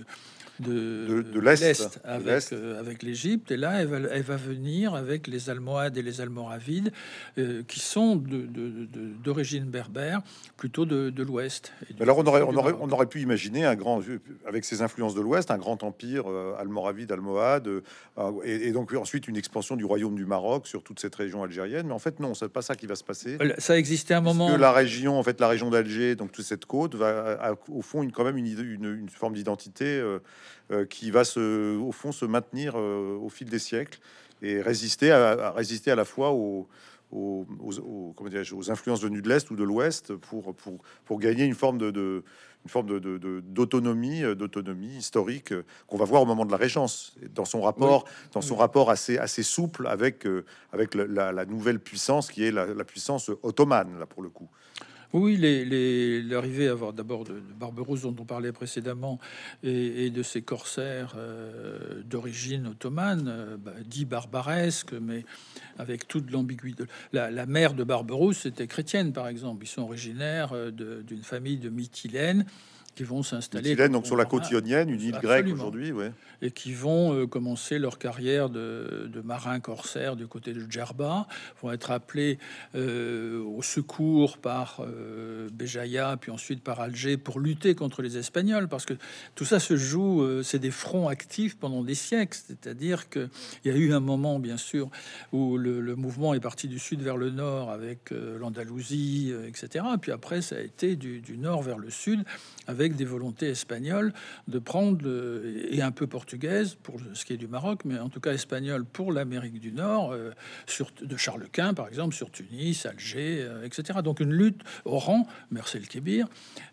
de, De, de de l'Est, l'Est de avec, l'Est. euh, avec l'Égypte. Et là, elle va, elle va venir avec les Almohades et les Almoravides, euh, qui sont de- de- de- d'origine berbère, plutôt de, de l'Ouest. et du- Mais alors, on aurait, du on aurait, Maroc. on aurait pu imaginer un grand, avec ses influences de l'Ouest, un grand empire euh, almoravide, almohade, euh, et, et donc ensuite une expansion du royaume du Maroc sur toute cette région algérienne. Mais en fait, non, c'est pas ça qui va se passer. Ça existait un Puisque moment. la région, en fait, la région d'Alger, donc toute cette côte, va a, au fond une, quand même une, idée- une, une forme d'identité euh, euh, qui va se, au fond, se maintenir euh, au fil des siècles et résister à, à résister à la fois aux, aux, aux- aux- comment dirais-je, aux influences venues de l'Est ou de l'Ouest pour, pour, pour gagner une forme de, de- une forme de, de- de- d'autonomie, euh, d'autonomie historique euh, qu'on va voir au moment de la Régence, et dans son rapport, dans son Oui. rapport assez, assez souple avec, euh, avec le- la, la nouvelle puissance qui est la, la puissance ottomane, là, pour le coup. Oui, les- les- l'arrivée à avoir d'abord de, de Barberousse dont on parlait précédemment et, et de ces corsaires euh, d'origine ottomane, euh, bah, dit barbaresque, mais avec toute l'ambiguïté. La, la mère de Barberousse était chrétienne, par exemple. Ils sont originaires euh, de- d'une famille de Mytilènes qui vont s'installer Mytilène, comme donc sur la on- côte ionienne, une île grecque Absolument. aujourd'hui, ouais. Et qui vont euh, commencer leur carrière de, de marins corsaires du côté de Djerba, vont être appelés euh, au secours par euh, Béjaïa, puis ensuite par Alger pour lutter contre les Espagnols, parce que tout ça se joue, euh, c'est des fronts actifs pendant des siècles, c'est-à-dire qu'il y a eu un moment, bien sûr, où le, le mouvement est parti du sud vers le nord avec euh, l'Andalousie, euh, et cetera. Puis après, ça a été du, du nord vers le sud avec des volontés espagnoles de prendre, euh, et un peu portugaise pour ce qui est du Maroc, mais en tout cas espagnole pour l'Amérique du Nord, euh, sur, de Charles Quint, par exemple, sur Tunis, Alger, euh, et cetera. Donc une lutte. Oran, Mersel Kébir,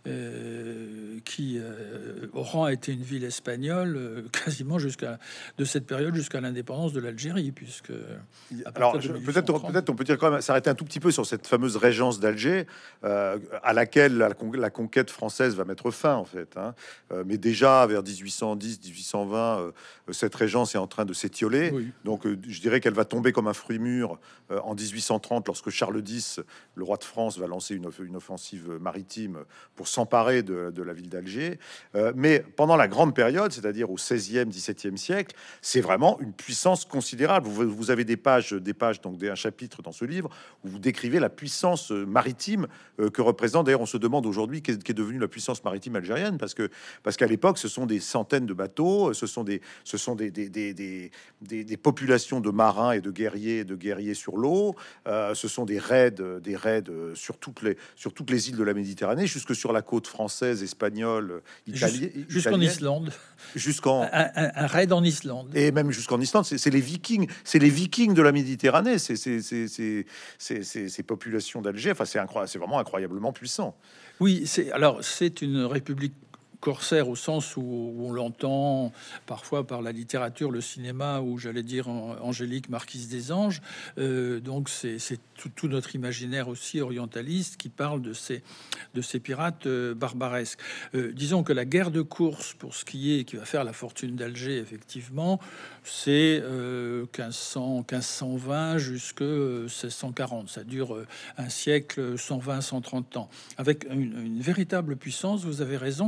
euh, qui euh, Oran a été une ville espagnole euh, quasiment jusqu'à de cette période jusqu'à l'indépendance de l'Algérie, puisque à Alors, partir je- de peut-être, mille huit cent trente, peut-être, on peut dire quand même s'arrêter un tout petit peu sur cette fameuse régence d'Alger, euh, à laquelle la, con- la conquête française va mettre fin, en fait. Hein. Euh, mais déjà, vers dix-huit cent dix, dix-huit cent vingt, euh, cette régence est en train de s'étioler. oui. Donc, euh, je dirais qu'elle va tomber comme un fruit mûr euh, en dix-huit cent trente, lorsque Charles X, le roi de France, va lancer une, off- une offensive maritime pour s'emparer de, de la ville d'Alger. Euh, mais pendant la grande période, c'est-à-dire au seizième, dix-septième siècle, c'est vraiment une puissance considérable. Vous, vous avez des pages, des pages, donc des, un chapitre dans ce livre où vous décrivez la puissance euh, maritime euh, que représente. D'ailleurs, on se demande aujourd'hui qu'est, qu'est devenue la puissance maritime algérienne, parce que parce qu'à l'époque, ce sont des centaines de bateaux, ce sont des, ce sont des, des, des, des, des- des populations de marins et de guerriers, de guerriers sur l'eau. Euh, ce sont des raids, euh, des raids euh, sur toutes les, sur toutes les îles de la Méditerranée, jusque sur la côte française, espagnole, italienne, Jus- jusqu'en Islande, jusqu'en un, un- un raid en Islande. et même jusqu'en Islande. C'est c'est les Vikings, c'est les Vikings de la Méditerranée. C'est c'est- c'est- c'est- c'est- c'est- ces populations d'Alger. Enfin, c'est incroyable, c'est vraiment incroyablement puissant. Oui, c'est alors c'est une république corsaire au sens où, où on l'entend parfois par la littérature, le cinéma, ou j'allais dire en- Angélique, marquise des anges. Euh, donc c'est c'est tout, tout notre imaginaire aussi orientaliste qui parle de ces de ces pirates euh, barbaresques. Euh, disons que la guerre de course, pour ce qui est qui va faire la fortune d'Alger, effectivement, c'est euh, quinze cents, quinze cent vingt jusque euh, seize cent quarante. Ça dure euh, un siècle, cent vingt, cent trente ans, avec une, une véritable puissance. Vous avez raison.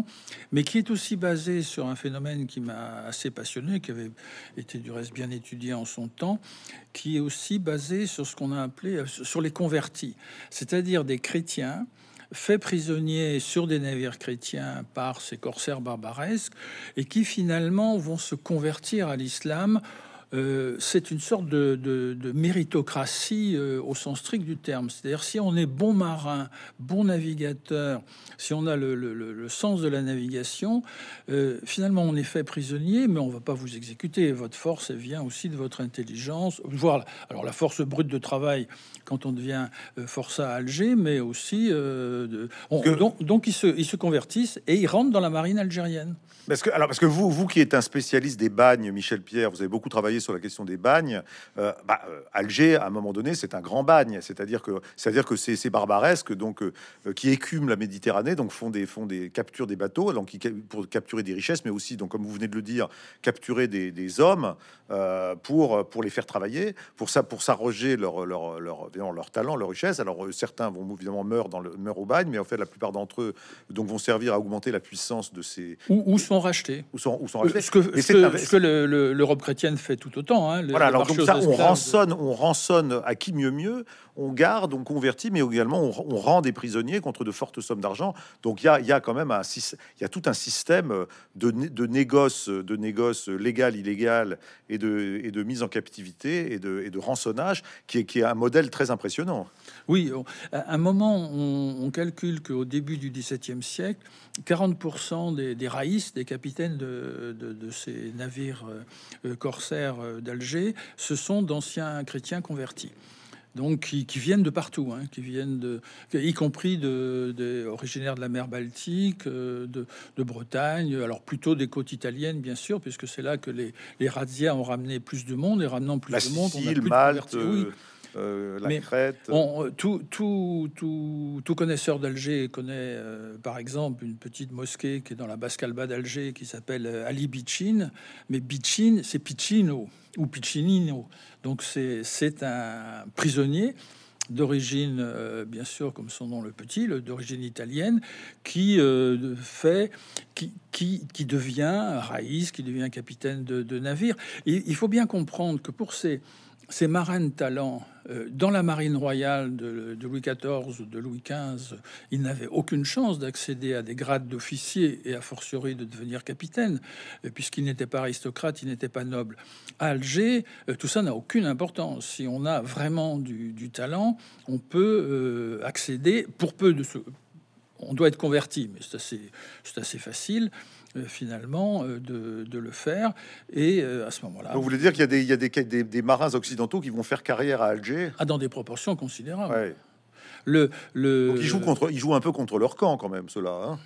mais qui est aussi basé sur un phénomène qui m'a assez passionné, qui avait été du reste bien étudié en son temps, qui est aussi basé sur ce qu'on a appelé sur les convertis, c'est-à-dire des chrétiens faits prisonniers sur des navires chrétiens par ces corsaires barbaresques et qui finalement vont se convertir à l'islam. Euh, c'est une sorte de, de, de méritocratie euh, au sens strict du terme. C'est-à-dire si on est bon marin, bon navigateur, si on a le, le, le sens de la navigation, euh, finalement on est fait prisonnier, mais on va pas vous exécuter. Votre force, elle vient aussi de votre intelligence. Voire, alors la force brute de travail quand on devient euh, forçat à Alger, mais aussi euh, de, on, que... donc, donc ils, se, ils se convertissent et ils rentrent dans la marine algérienne. Parce que, alors, parce que vous, vous qui êtes un spécialiste des bagnes, Michel Pierre, vous avez beaucoup travaillé sur la question des bagnes. Euh, bah, euh, Alger, à un moment donné, c'est un grand bagne, c'est-à-dire que, c'est-à-dire que c'est ces barbaresques, donc euh, qui écument la Méditerranée, donc font des, font des captures des bateaux, donc qui, pour capturer des richesses, mais aussi, donc comme vous venez de le dire, capturer des, des hommes euh, pour pour les faire travailler, pour ça, pour s'arroger leur leur leur leur, leur talent, leur richesse. Alors euh, certains vont évidemment meurent dans le meurent au bagne, mais en fait la plupart d'entre eux donc vont servir à augmenter la puissance de ces ou, ou sont rachetés. Ou sont, ou sont rachetés. Ce que, ce que, ce que le, le, l'Europe chrétienne fait tout autant. Hein, le, voilà, alors donc ça, on rançonne, de... on rançonne à qui mieux mieux, on garde, on convertit, mais également on, on rend des prisonniers contre de fortes sommes d'argent. Donc il y a, il y a quand même un, il y a tout un système de, de négoce, de négoce légal, illégal et de, et de mise en captivité et de, et de rançonnage qui est, qui est un modèle très impressionnant. Oui, à un moment, on, on calcule qu'au début du XVIIe siècle, quarante pour cent des, des raïs, des capitaines de, de, de ces navires euh, corsaires d'Alger, ce sont d'anciens chrétiens convertis. Donc, qui, qui viennent de partout, hein, qui viennent de, y compris de, de originaires de la mer Baltique, de, de Bretagne, alors plutôt des côtes italiennes, bien sûr, puisque c'est là que les, les razzias ont ramené plus de monde, et ramenant plus la de monde, Sicile, on a plus Malte, de oui. Euh, la Mais Crète. On, tout, tout, tout, tout connaisseur d'Alger connaît, euh, par exemple, une petite mosquée qui est dans la Basse-Calba d'Alger qui s'appelle Ali Bichin. Mais Bichin, c'est Piccino ou Piccinino. Donc c'est, c'est un prisonnier d'origine, euh, bien sûr, comme son nom le petit, le, d'origine italienne, qui euh, fait, qui, qui, qui devient raïs, qui devient capitaine de, de navire. Et il faut bien comprendre que pour ces Ces marins de talent, euh, dans la marine royale de, de Louis quatorze ou de Louis quinze, ils n'avaient aucune chance d'accéder à des grades d'officier et a fortiori de devenir capitaine, euh, puisqu'ils n'étaient pas aristocrates, ils n'étaient pas nobles. À Alger, euh, tout ça n'a aucune importance. Si on a vraiment du, du talent, on peut euh, accéder, pour peu de ce... On doit être converti, mais c'est assez, c'est assez facile. Euh, finalement euh, de, de le faire et euh, à ce moment-là vous voulez dire qu'il y a des il y a des, des, des marins occidentaux qui vont faire carrière à Alger ah, dans des proportions considérables. Ouais. le le Donc ils jouent contre ils jouent un peu contre leur camp quand même, ceux-là, hein.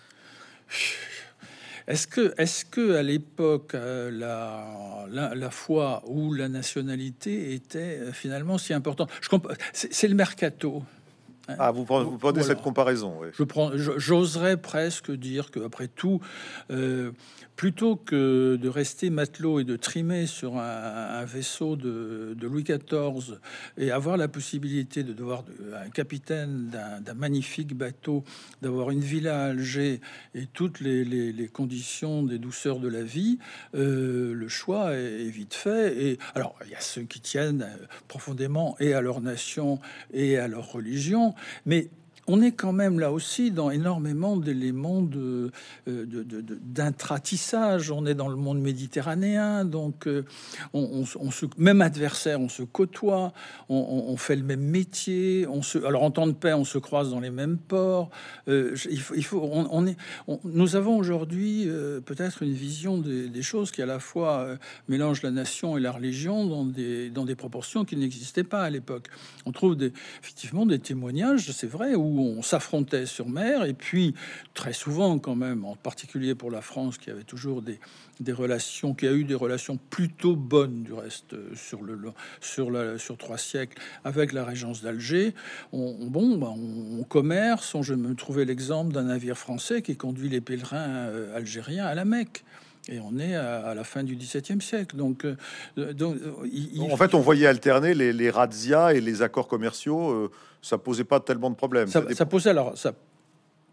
Est-ce que, est-ce que à l'époque, euh, la, la, la foi ou la nationalité était euh, finalement si importante? Je comprends. C'est, c'est le mercato. Ah, vous prenez, vous prenez voilà. cette comparaison. Oui. Je prends, j'oserais presque dire que après tout, euh, plutôt que de rester matelot et de trimer sur un, un vaisseau de, de Louis quatorze et avoir la possibilité de devoir un capitaine d'un, d'un magnifique bateau, d'avoir une villa à Alger et toutes les, les, les conditions des douceurs de la vie, euh, le choix est, est vite fait. Et alors, il y a ceux qui tiennent profondément et à leur nation et à leur religion. Mais on est quand même là aussi dans énormément d'éléments de, de, de, de d'intratissage. On est dans le monde méditerranéen, donc euh, on, on, on se même adversaire, on se côtoie, on, on fait le même métier. On se, alors en temps de paix, on se croise dans les mêmes ports. Euh, il faut, il faut on, on est, on, nous avons aujourd'hui euh, peut-être une vision des, des choses qui à la fois euh, mélange la nation et la religion dans des dans des proportions qui n'existaient pas à l'époque. On trouve des, effectivement des témoignages, c'est vrai, où on s'affrontait sur mer, et puis très souvent quand même, en particulier pour la France, qui avait toujours des, des relations, qui a eu des relations plutôt bonnes du reste sur le sur la sur trois siècles avec la régence d'Alger. On, bon, ben, on, on commerce. On, je me trouvais l'exemple d'un navire français qui conduit les pèlerins euh, algériens à la Mecque. Et on est à, à la fin du XVIIe siècle. Donc, euh, donc il, en fait, on voyait alterner les, les razzias et les accords commerciaux. Euh, ça posait pas tellement de problèmes. Ça, ça, ça posait alors ça.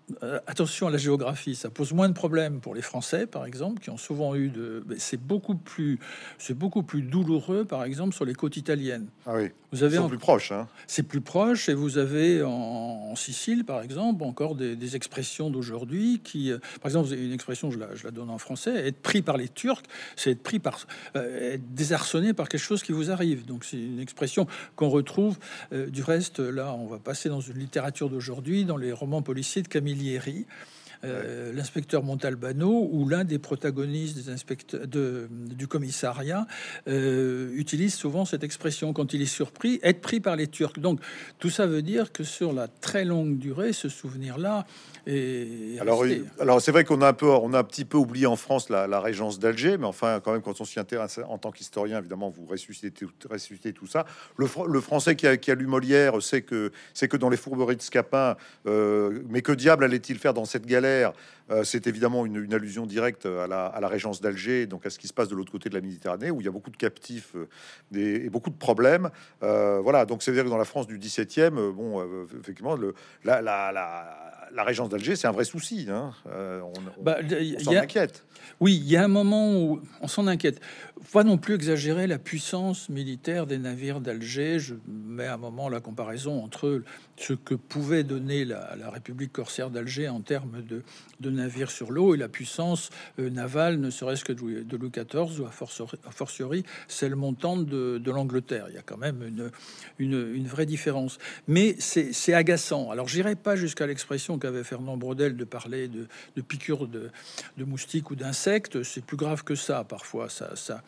euh, attention à la géographie, ça pose moins de problèmes pour les Français, par exemple, qui ont souvent eu de. Mais c'est beaucoup plus, c'est beaucoup plus douloureux, par exemple, sur les côtes italiennes. Ah oui, Vous ils avez sont en- plus proches, hein. c'est plus proche, et vous avez en, en Sicile, par exemple, encore des, des expressions d'aujourd'hui qui, euh, par exemple, vous avez une expression, je la, je la donne en français, être pris par les Turcs, c'est être pris par, euh, être désarçonné par quelque chose qui vous arrive. Donc c'est une expression qu'on retrouve. Euh, du reste, là, on va passer dans une littérature d'aujourd'hui, dans les romans policiers de Camilleri. Euh, l'inspecteur Montalbano, ou l'un des protagonistes des inspecteurs de, du commissariat, euh, utilise souvent cette expression quand il est surpris, être pris par les Turcs. Donc tout ça veut dire que sur la très longue durée, ce souvenir-là est Alors, resté. oui, alors c'est vrai qu'on a un peu, on a un petit peu oublié en France la, la régence d'Alger, mais enfin, quand même, quand on s'y intéresse en tant qu'historien, évidemment, vous ressuscitez, tout- ressuscitez tout ça. Le, Fr- le Français qui a, qui a lu Molière sait que c'est que dans les fourberies de Scapin, euh, mais que diable allait-il faire dans cette galère? Euh, c'est évidemment une, une allusion directe à la, à la régence d'Alger, donc à ce qui se passe de l'autre côté de la Méditerranée, où il y a beaucoup de captifs euh, des- et beaucoup de problèmes. Euh, voilà, donc c'est-à-dire que dans la France du dix-septième, euh, bon, euh, effectivement, le, la, la, la, la régence d'Alger, c'est un vrai souci, hein. Euh, on on- Bah, il on y s'en a, inquiète. oui, il y a un moment où on s'en inquiète. Faut pas non plus exagérer la puissance militaire des navires d'Alger. Je mets un moment la comparaison entre ce que pouvait donner la, la République corsaire d'Alger en termes de, de navires sur l'eau et la puissance euh, navale, ne serait-ce que de Louis, de Louis quatorze, ou a fortiori, a fortiori celle montante de, de l'Angleterre. Il y a quand même une, une, une vraie différence. Mais c'est c'est agaçant. Alors, j'irai pas jusqu'à l'expression qu'avait Fernand Braudel de parler de, de piqûres de, de moustiques ou d'insectes. C'est plus grave que ça. Parfois, ça, ça,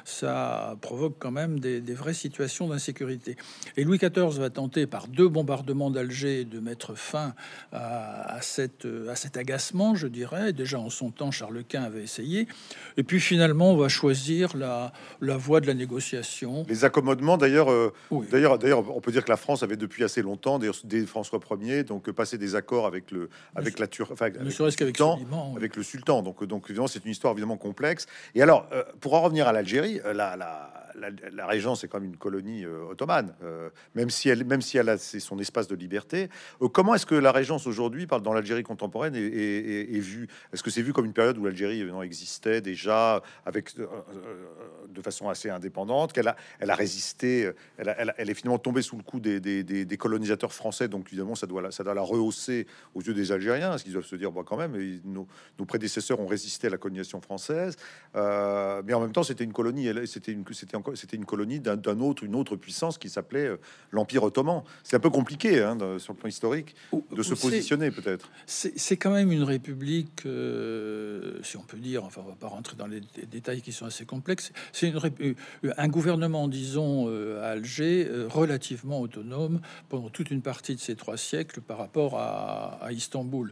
ça provoque quand même des, des vraies situations d'insécurité. Et Louis quatorze va tenter, par deux bombardements d'Alger, de mettre fin à, à, cette, à cet agacement, je dirais. Déjà, en son temps, Charles Quint avait essayé. Et puis, finalement, on va choisir la, la voie de la négociation. Les accommodements, d'ailleurs, euh, Oui. d'ailleurs, d'ailleurs, on peut dire que la France avait depuis assez longtemps, d'ailleurs, dès François premier, donc euh, passé des accords avec le, avec la Turquie, enfin, Ne avec le serait-ce qu'avec sultan, Soliman, oui. avec le sultan. Donc, donc évidemment, c'est une histoire évidemment complexe. Et alors, euh, pour en revenir à l'Algérie, euh, la, la, la, la Régence est comme une colonie euh, ottomane, euh, même si elle, même si elle a c'est son espace de liberté. Euh, comment est-ce que la Régence aujourd'hui, parle dans l'Algérie contemporaine, est, est, est- est vue? Est-ce que c'est vu comme une période où l'Algérie évidemment, existait déjà avec euh, euh, de façon assez indépendante, qu'elle a, elle a résisté, elle, a- elle, a- elle est finalement tombée sous le coup des, des- des- des colonisateurs français, donc évidemment ça doit, la, ça doit la rehausser aux yeux des Algériens, parce qu'ils doivent se dire, bah, quand même, ils- nos, nos prédécesseurs ont résisté à la colonisation française. Euh, mais en même temps c'était une colonie, elle- c'était une, c'était encore, c'était une colonie d'un d'un autre, une autre puissance qui s'appelait euh, l'Empire ottoman. C'est un peu compliqué hein, de- sur le plan historique Ou- de se ou c'est- positionner peut-être. C'est c'est quand même une république, euh, si on peut dire, enfin on va pas rentrer dans les dé- détails qui sont assez complexes, c'est une rép- euh, un gouvernement, disons, euh, à Alger, euh, relativement autonome pendant toute une partie de ces trois siècles par rapport à, à Istanbul.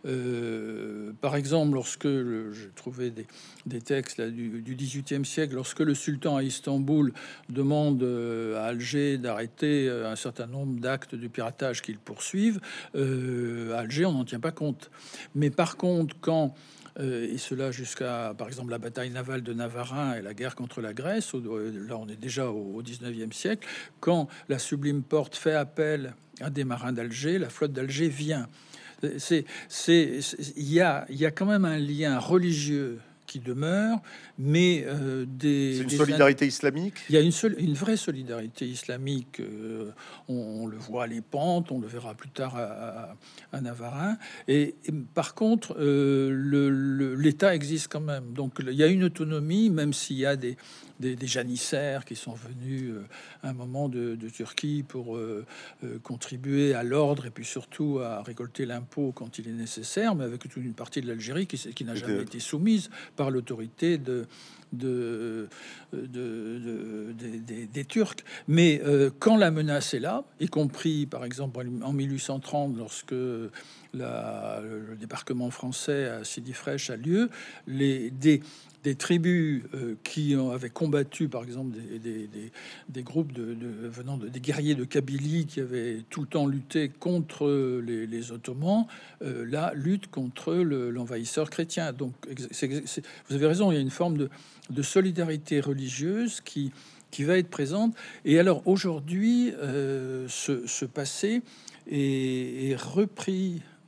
Euh, par exemple, lorsque le- je trouvais des, des textes là, du, du dix-huitième siècle, lorsque le sultan à Istanbul demande euh, à Alger d'arrêter euh, un certain nombre d'actes de piratage qu'ils poursuivent, euh, à Alger, on n'en tient pas compte. Mais par contre, quand euh, et cela jusqu'à, par exemple, la bataille navale de Navarin et la guerre contre la Grèce, au- là on est déjà au, au dix-neuvième siècle, quand la Sublime Porte fait appel à des marins d'Alger, la flotte d'Alger vient. C'est, c'est, c'est- il y a, il y a quand même un lien religieux qui demeure, mais euh, des, C'est une des solidarité islamique. il y a une, seule, une vraie solidarité islamique. euh, on, on le voit à Lépante, on le verra plus tard à, à- à Navarin. Et, et par contre, euh, le- le- l'État existe quand même. Donc il y a une autonomie, même s'il y a des, des, des janissaires qui sont venus euh, à un moment de, de Turquie pour euh, euh, contribuer à l'ordre et puis surtout à récolter l'impôt quand il est nécessaire, mais avec toute une partie de l'Algérie qui, s'est- qui n'a jamais été soumise par l'autorité de de, de, de- des- des, des Turcs. Mais euh, quand la menace est là, y compris par exemple en mille huit cent trente, lorsque la- le débarquement français à Sidi Fraîche a lieu, les, des, des tribus euh, qui ont- avaient combattu, par exemple, des, des- des- des groupes de, de- venant de, des guerriers de Kabylie qui avaient tout le temps lutté contre les, les Ottomans, euh, là, luttent contre le- l'envahisseur chrétien. Donc, ex- c'est- c'est- vous avez raison, il y a une forme de, de solidarité religieuse qui, qui va être présente. Et alors, aujourd'hui, euh, ce, ce passé est, est repris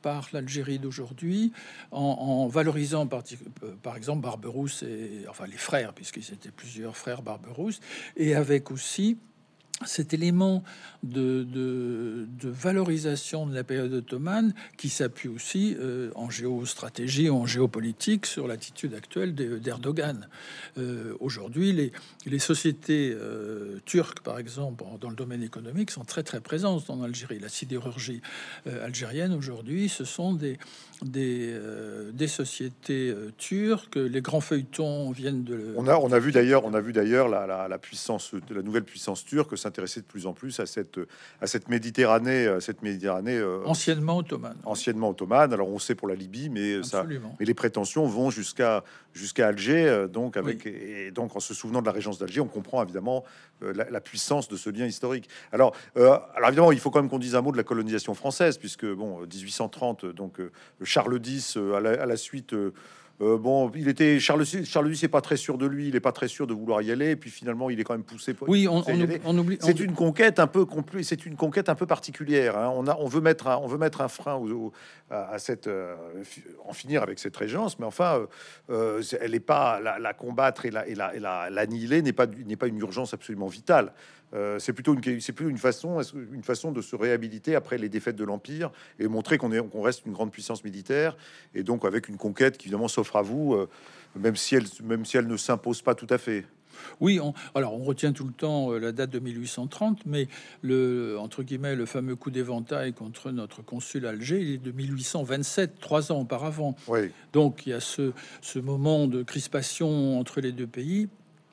par l'Algérie d'aujourd'hui, en, en valorisant par, par exemple Barberousse et enfin les frères, puisqu'ils étaient plusieurs frères Barberousse, et avec aussi cet élément de, de, de valorisation de la période ottomane qui s'appuie aussi euh, en géostratégie, en géopolitique, sur l'attitude actuelle d'Erdogan. Euh, Aujourd'hui, les, les sociétés euh, turques, par exemple, dans le domaine économique, sont très très présentes en Algérie. La sidérurgie euh, algérienne, aujourd'hui, ce sont des, des, euh, des sociétés euh, turques. Les grands feuilletons viennent de... On a, on a vu d'ailleurs, on a vu d'ailleurs la, la, la puissance de la nouvelle puissance turque s'intéresser de plus en plus à cette, à cette Méditerranée, à cette Méditerranée euh, anciennement ottomane. Anciennement ottomane. Alors on sait pour la Libye, mais ça, mais les prétentions vont jusqu'à jusqu'à Alger. euh, Donc avec, Oui. et donc en se souvenant de la régence d'Alger, on comprend évidemment euh, la, la puissance de ce lien historique. Alors, euh, alors évidemment, il faut quand même qu'on dise un mot de la colonisation française, puisque bon, dix-huit cent trente, donc euh, Charles X euh, à la, à la suite. euh, Euh, bon, il était Charles, Charles X, c'est pas très sûr de lui, il est pas très sûr de vouloir y aller, et puis finalement, il est quand même poussé. Pour, Oui, on, poussé à on y oublie, aller. on oublie- C'est on- une conquête un peu complète, c'est une conquête un peu particulière. hein. On a, on veut mettre, un, on veut mettre un frein au, au- à, à cette, euh, en finir avec cette régence, mais enfin, euh, euh, c'est- elle n'est pas la, la combattre et la, et la, et la- l'annihiler n'est pas, n'est pas une urgence absolument vitale. Euh, c'est plutôt une, c'est plutôt une façon, une façon de se réhabiliter après les défaites de l'Empire et montrer qu'on est, qu'on reste une grande puissance militaire, et donc avec une conquête qui évidemment s'offre à vous. euh, même si elle, même si elle ne s'impose pas tout à fait. Oui, on, alors on retient tout le temps euh, la date de mille huit cent trente, mais le, entre guillemets, le fameux coup d'éventail contre notre consul à Alger, il est de mille huit cent vingt-sept, trois ans auparavant. Oui. Donc il y a ce, ce moment de crispation entre les deux pays.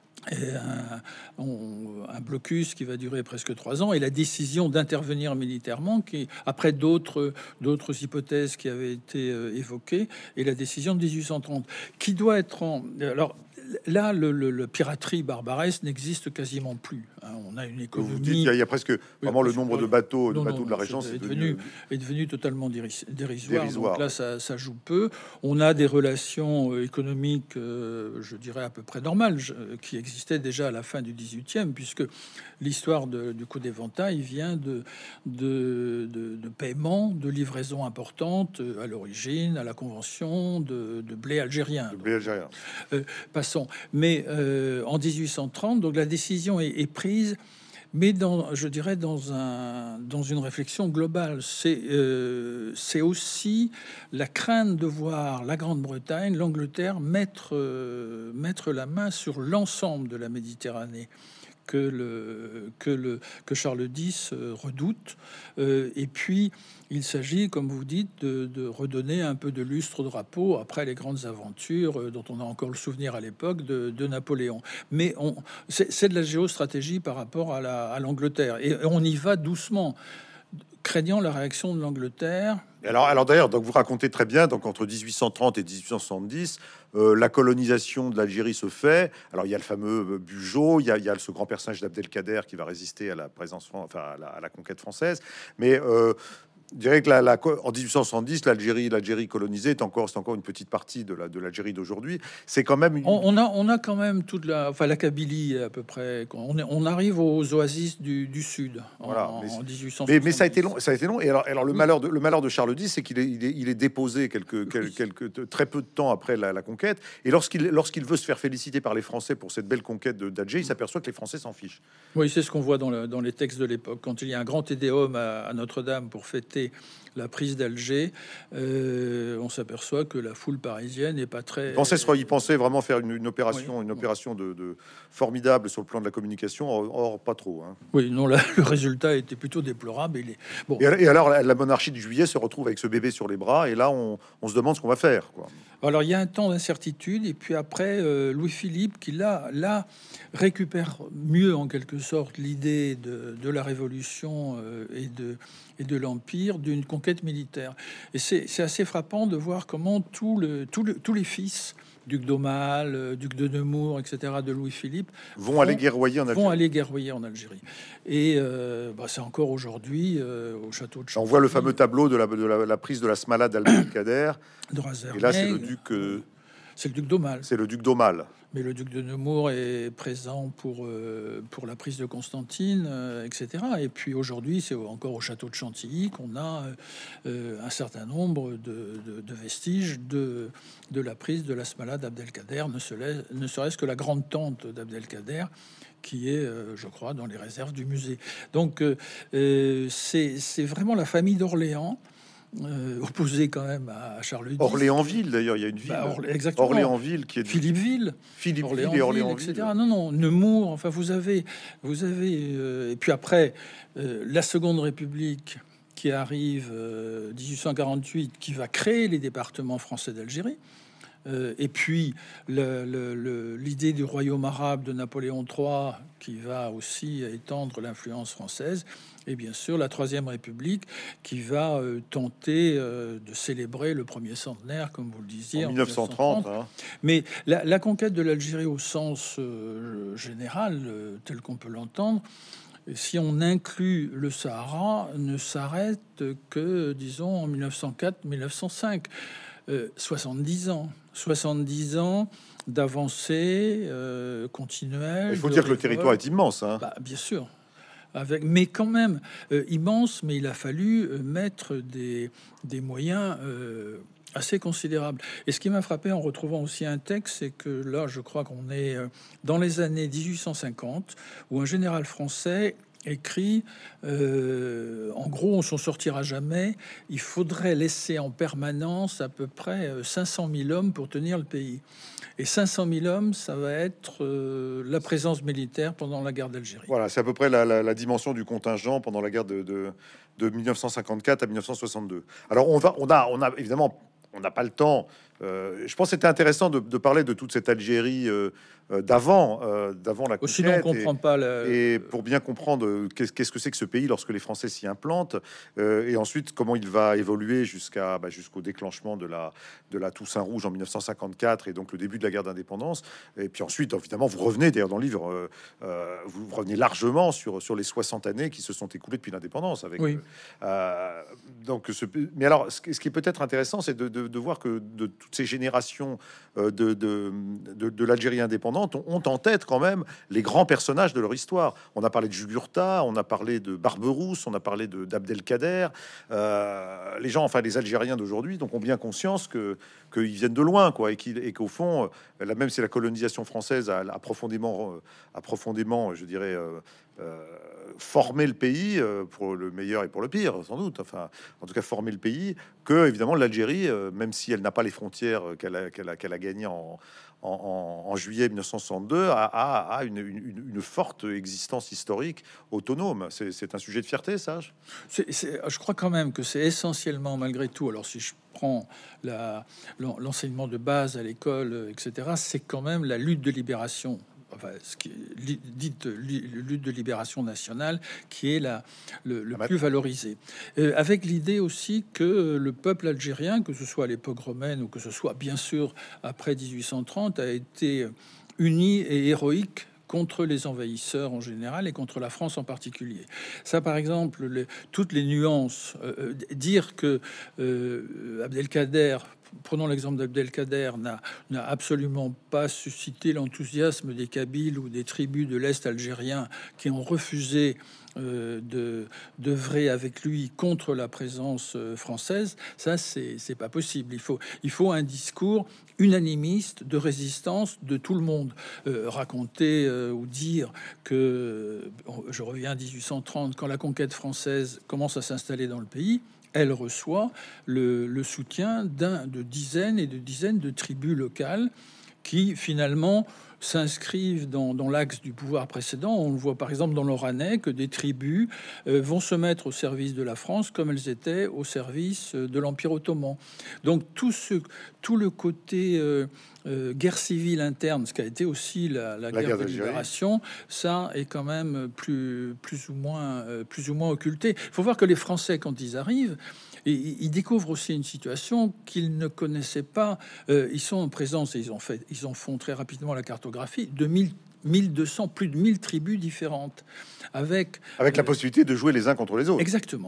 Et un, on- un blocus qui va durer presque trois ans, et la décision d'intervenir militairement, qui, après d'autres d'autres hypothèses qui avaient été euh, évoquées, et la décision de mille huit cent trente, qui doit être en... Alors là, le, le- le piraterie barbaresque n'existe quasiment plus. hein. On a une économie... Vous dites qu'il y, a- il y a presque vraiment le nombre de bateaux, de Non, bateaux non, de la non, région c'est est devenu, devenu. est devenu totalement déris- dérisoire. Dérisoire. Donc là, ça, ça joue peu. On a des relations euh, économiques, euh, je dirais, à peu près normales, je- qui existaient déjà à la fin du dix-huitième, puisque l'histoire de- du coup d'éventail vient de, de, de, de paiements, de livraisons importantes euh, à l'origine, à la convention de, de blé algérien. Le blé algérien. Euh, passons. Mais euh, en dix-huit cent trente, donc la décision est, est prise, mais dans, je dirais, dans un, dans une réflexion globale. C'est euh, c'est aussi la crainte de voir la Grande-Bretagne, l'Angleterre mettre euh, mettre la main sur l'ensemble de la Méditerranée, que le que le que Charles X euh, redoute. Euh, et puis il s'agit, comme vous dites, de, de redonner un peu de lustre au drapeau après les grandes aventures euh, dont on a encore le souvenir à l'époque de, de Napoléon. Mais on, c'est, c'est de la géostratégie par rapport à, la, à l'Angleterre. Et on y va doucement, craignant la réaction de l'Angleterre. Et Alors, alors d'ailleurs, donc vous racontez très bien. Donc entre dix-huit cent trente et dix-huit cent soixante-dix, euh, la colonisation de l'Algérie se fait. Alors il y a le fameux euh, Bugeaud, il y a, il y a ce grand personnage d'Abdelkader qui va résister à la présence, fran- enfin à la, à la conquête française. Mais euh, je dirais que la, la, en dix-huit cent soixante-dix, l'Algérie, l'Algérie colonisée est encore, c'est encore une petite partie de la de l'Algérie d'aujourd'hui. C'est quand même une... On, on a, on a quand même toute la, enfin la Kabylie à peu près. On, est, on arrive aux oasis du, du sud en, Voilà, mais- en dix-huit cent soixante-dix. Mais, mais ça a été long, ça a été long. Et alors, alors le Oui. malheur de le malheur de Charles X, c'est qu'il est, il est, il est déposé quelques, quel- quelques, très peu de temps après la, la conquête. Et lorsqu'il, lorsqu'il veut se faire féliciter par les Français pour cette belle conquête de- d'Alger, il s'aperçoit que les Français s'en fichent. Oui, c'est ce qu'on voit dans, le- dans les textes de l'époque. Quand il y a un grand tédéum à, à Notre-Dame pour fêter la prise d'Alger, euh, on s'aperçoit que la foule parisienne n'est pas très... Il pensait, se- il pensait vraiment faire une, une opération, Oui. une opération de, de formidable sur le plan de la communication. Or, or, pas trop. hein. Oui, non, là, le résultat était plutôt déplorable. Il est... Bon, Et, et alors, la, la monarchie du Juillet se retrouve avec ce bébé sur les bras. Et là, on, on se demande ce qu'on va faire. Quoi. alors il y a un temps d'incertitude, et puis après, euh, Louis-Philippe, qui là, là récupère mieux en quelque sorte l'idée de, de la Révolution euh, et de, et de l'Empire, d'une conquête militaire. Et c'est c'est assez frappant de voir comment tout le, tout le, tous les fils, duc d'Aumale, euh, duc de Nemours, et cetera, de Louis-Philippe, Vont aller guerroyer en Algérie. vont aller guerroyer en Algérie. Et euh, bah, c'est encore aujourd'hui euh, au château de On voit le Chantilly, fameux tableau de la, de la, la prise de la Smala d'Abdelkader. de Razernet. Et là, c'est le duc. euh, C'est le duc d'Aumale. C'est le duc d'Aumale. Mais le duc de Nemours est présent pour, euh, pour la prise de Constantine, euh, et cetera. Et puis aujourd'hui, c'est encore au château de Chantilly qu'on a euh, un certain nombre de, de, de vestiges de, de la prise de l'Asmala d'Abdelkader, ne, se laisse, ne serait-ce que la grande tente d'Abdelkader, qui est, euh, je crois, dans les réserves du musée. Donc, euh, euh, c'est, c'est vraiment la famille d'Orléans, Euh, opposé quand même à Charles X. Orléansville, d'ailleurs, il y a une ville. Bah, Orlé exactement. Orléansville qui est Philippeville, Philippeville Orléansville, et Orléansville, et cetera. Non, non, Nemours. Enfin, vous avez, vous avez, euh, et puis après euh, la Seconde République qui arrive, euh, dix-huit cent quarante-huit, qui va créer les départements français d'Algérie. Euh, et puis le, le, le, l'idée du royaume arabe de Napoléon trois qui va aussi étendre l'influence française, et bien sûr la Troisième République qui va euh, tenter euh, de célébrer le premier centenaire, comme vous le disiez, en mille neuf cent trente. Hein. Mais la, la conquête de l'Algérie au sens euh, général, euh, tel qu'on peut l'entendre, si on inclut le Sahara, ne s'arrête que, disons, en mille neuf cent quatre mille neuf cent cinq. Euh, soixante-dix ans. soixante-dix ans d'avancée euh, continuelle. Il faut dire que le territoire est immense. Hein. Bah, bien sûr. Avec, mais quand même euh, immense, mais il a fallu euh, mettre des, des moyens euh, assez considérables. Et ce qui m'a frappé en retrouvant aussi un texte, c'est que là, je crois qu'on est euh, dans les années dix-huit cent cinquante, où un général français écrit euh, en gros, on s'en sortira jamais. Il faudrait laisser en permanence à peu près cinq cent mille hommes pour tenir le pays. Et cinq cent mille hommes, ça va être euh, la présence militaire pendant la guerre d'Algérie. Voilà, c'est à peu près la, la, la dimension du contingent pendant la guerre de, de, de mille neuf cent cinquante-quatre à mille neuf cent soixante-deux. Alors, on va, on a, on a évidemment, on n'a pas le temps. Euh, je pense que c'était intéressant de, de parler de toute cette Algérie euh, euh, d'avant, euh, d'avant la conquête. Sinon, on comprend et, pas. La... Et pour bien comprendre qu'est-ce, qu'est-ce que c'est que ce pays lorsque les Français s'y implantent, euh, et ensuite comment il va évoluer jusqu'à bah, jusqu'au déclenchement de la de la Toussaint Rouge en mille neuf cent cinquante-quatre et donc le début de la guerre d'indépendance. Et puis ensuite, évidemment, vous revenez d'ailleurs dans le livre, euh, euh, vous revenez largement sur sur les soixante années qui se sont écoulées depuis l'indépendance. Avec oui. euh, donc ce, mais alors, ce, ce qui est peut-être intéressant, c'est de, de, de voir que de toutes ces générations de, de, de, de l'Algérie indépendante ont en tête quand même les grands personnages de leur histoire. On a parlé de Jugurtha, on a parlé de Barberousse, on a parlé de d'Abdelkader. Euh, les gens, enfin les Algériens d'aujourd'hui, donc ont bien conscience que qu'ils viennent de loin, quoi, et qu'il et qu'au fond, là même si la colonisation française a, a profondément, a profondément, je dirais. Euh, euh, former le pays euh, pour le meilleur et pour le pire, sans doute. Enfin, en tout cas, former le pays. Que évidemment, l'Algérie, euh, même si elle n'a pas les frontières qu'elle a, qu'elle a, qu'elle a gagnées en, en, en juillet mille neuf cent soixante-deux, a, a, a une, une, une forte existence historique autonome. C'est, c'est un sujet de fierté, ça. C'est, c'est, je crois quand même que c'est essentiellement, malgré tout. Alors, si je prends la, l'enseignement de base à l'école, et cetera, c'est quand même la lutte de libération. Enfin, ce qui est dite lutte de libération nationale, qui est la, le, le plus valorisé. Euh, avec l'idée aussi que le peuple algérien, que ce soit à l'époque romaine ou que ce soit bien sûr après dix-huit cent trente, a été uni et héroïque contre les envahisseurs en général et contre la France en particulier. Ça, par exemple, les, toutes les nuances, euh, dire que euh, Abdelkader, prenons l'exemple d'Abdelkader, n'a, n'a absolument pas suscité l'enthousiasme des Kabyles ou des tribus de l'Est algérien qui ont refusé euh, de d'œuvrer avec lui contre la présence euh, française. Ça, c'est, c'est pas possible. Il faut, il faut un discours unanimiste de résistance de tout le monde. Euh, raconter euh, ou dire que, je reviens à dix-huit cent trente, quand la conquête française commence à s'installer dans le pays, elle reçoit le, le soutien d'un, de dizaines et de dizaines de tribus locales qui, finalement, s'inscrivent dans, dans l'axe du pouvoir précédent. On le voit par exemple dans l'Oranais que des tribus euh, vont se mettre au service de la France comme elles étaient au service de l'Empire ottoman. Donc tout, ce, tout le côté euh, euh, guerre civile interne, ce qui a été aussi la, la, la guerre, guerre de libération, ça est quand même plus, plus, ou moins, euh, plus ou moins occulté. Il faut voir que les Français, quand ils arrivent, et ils découvrent aussi une situation qu'ils ne connaissaient pas. Euh, ils sont en présence, et ils ont fait, ils en font très rapidement la cartographie, de mille deux cents, plus de mille tribus différentes. Avec, avec la euh, possibilité de jouer les uns contre les autres. Exactement.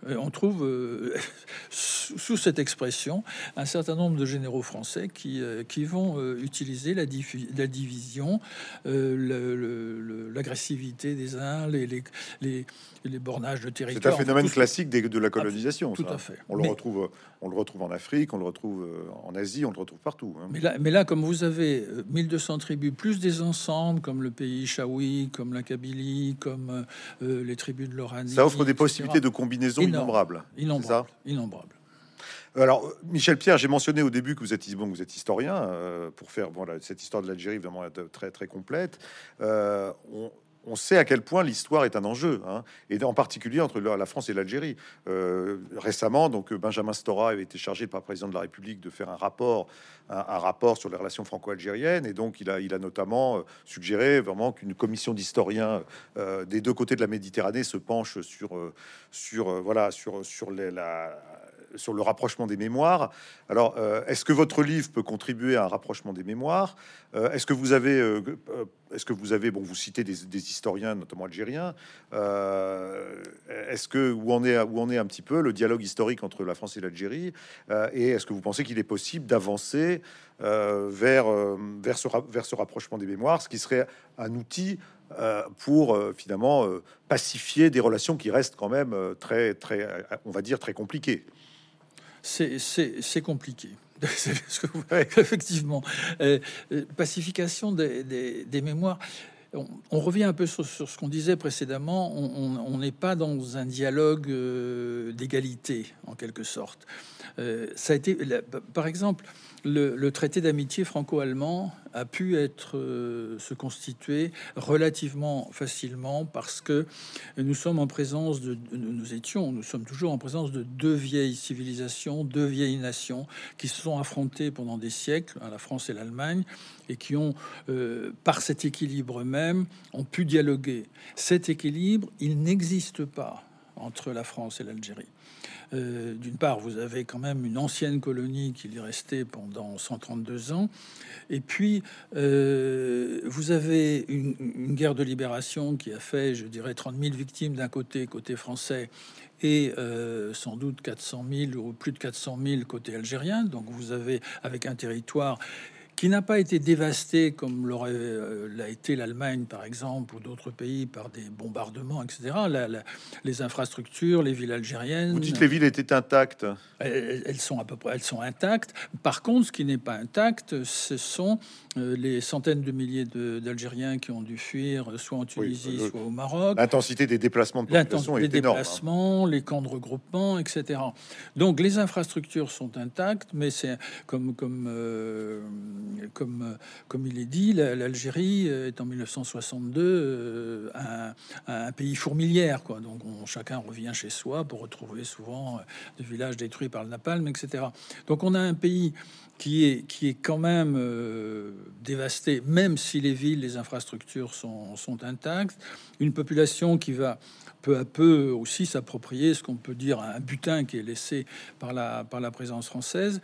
Et on trouve euh, sous, sous cette expression un certain nombre de généraux français qui, euh, qui vont euh, utiliser la, diffu- la division, euh, le- le- le- l'agressivité des uns, les, les, les, les bornages de C'est territoire. un phénomène Enfin, tout- classique des- de la colonisation. tout ça. à fait. On le Mais- retrouve, on le retrouve en Afrique, on le retrouve euh, en Asie, on le retrouve partout. hein. Mais là, mais là, comme vous avez euh, mille deux cents tribus, plus des ensembles comme le pays Chaoui, comme la Kabylie, comme euh, les tribus de l'Oranie, Ça offre des et cetera. possibilités de combinaisons Énorme. innombrables. C'est ça. Innombrables. Innombrables. Alors, Michel Pierre, j'ai mentionné au début que vous êtes, bon, vous êtes historien euh, pour faire bon, là, cette histoire de l'Algérie vraiment très très complète. Euh, on, on sait à quel point l'histoire est un enjeu, hein, et en particulier entre la France et l'Algérie. Euh, récemment, donc Benjamin Stora avait été chargé par le président de la République de faire un rapport, un, un rapport sur les relations franco-algériennes, et donc il a, il a notamment suggéré vraiment qu'une commission d'historiens euh, des deux côtés de la Méditerranée se penche sur, euh, sur euh, voilà, sur sur les, la sur le rapprochement des mémoires. Alors, euh, est-ce que votre livre peut contribuer à un rapprochement des mémoires? euh, Est-ce que vous avez, euh, euh, est-ce que vous avez, bon, vous citez des, des historiens, notamment algériens. Euh, est-ce que où en est, où en est un petit peu le dialogue historique entre la France et l'Algérie? euh, Et est-ce que vous pensez qu'il est possible d'avancer euh, vers euh, vers ce ra- vers ce rapprochement des mémoires, ce qui serait un outil euh, pour euh, finalement euh, pacifier des relations qui restent quand même euh, très très, euh, on va dire très compliquées? C'est c'est- c'est compliqué. C'est ce que vous- Ouais. Effectivement. Euh, euh, pacification des, des- des mémoires. On, on revient un peu sur, sur ce qu'on disait précédemment. On on- on n'est pas dans un dialogue euh, d'égalité, en quelque sorte. Euh, ça a été, la- par exemple, le, le traité d'amitié franco-allemand a pu être euh, se constituer relativement facilement parce que nous sommes en présence de, nous étions, nous sommes toujours en présence de deux vieilles civilisations, deux vieilles nations qui se sont affrontées pendant des siècles, hein, la France et l'Allemagne, et qui ont, euh, par cet équilibre même, ont pu dialoguer. Cet équilibre, il n'existe pas entre la France et l'Algérie. Euh, D'une part, vous avez quand même une ancienne colonie qui y est restée pendant cent trente-deux ans. Et puis, euh, vous avez une, une guerre de libération qui a fait, je dirais, trente mille victimes d'un côté, côté français, et euh, sans doute quatre cent mille ou plus de quatre cent mille côté algérien. Donc, vous avez, avec un territoire qui n'a pas été dévasté comme l'aurait euh, l'a été l'Allemagne, par exemple, ou d'autres pays par des bombardements, et cetera. La- la- les infrastructures, les villes algériennes, Vous dites que les villes étaient intactes. elles, elles sont à peu près, elles sont intactes. Par contre, ce qui n'est pas intact, ce sont euh, les centaines de milliers de- d'Algériens qui ont dû fuir, soit en Tunisie, le- soit au Maroc. L'intensité des déplacements de population L'intensité est des énorme. hein. déplacements, les camps de regroupement, et cetera. Donc les infrastructures sont intactes, mais c'est comme comme euh, comme euh, comme il est dit, la- l'Algérie est en mille neuf cent soixante-deux euh, un, un pays fourmilière, quoi. Donc on- chacun revient chez soi pour retrouver souvent euh, des villages détruits par le napalm, et cetera. Donc on a un pays qui est, qui est quand même euh, dévasté, même si les villes, les infrastructures sont, sont intactes. Une population qui va peu à peu aussi s'approprier ce qu'on peut dire un butin qui est laissé par la, par la présence française.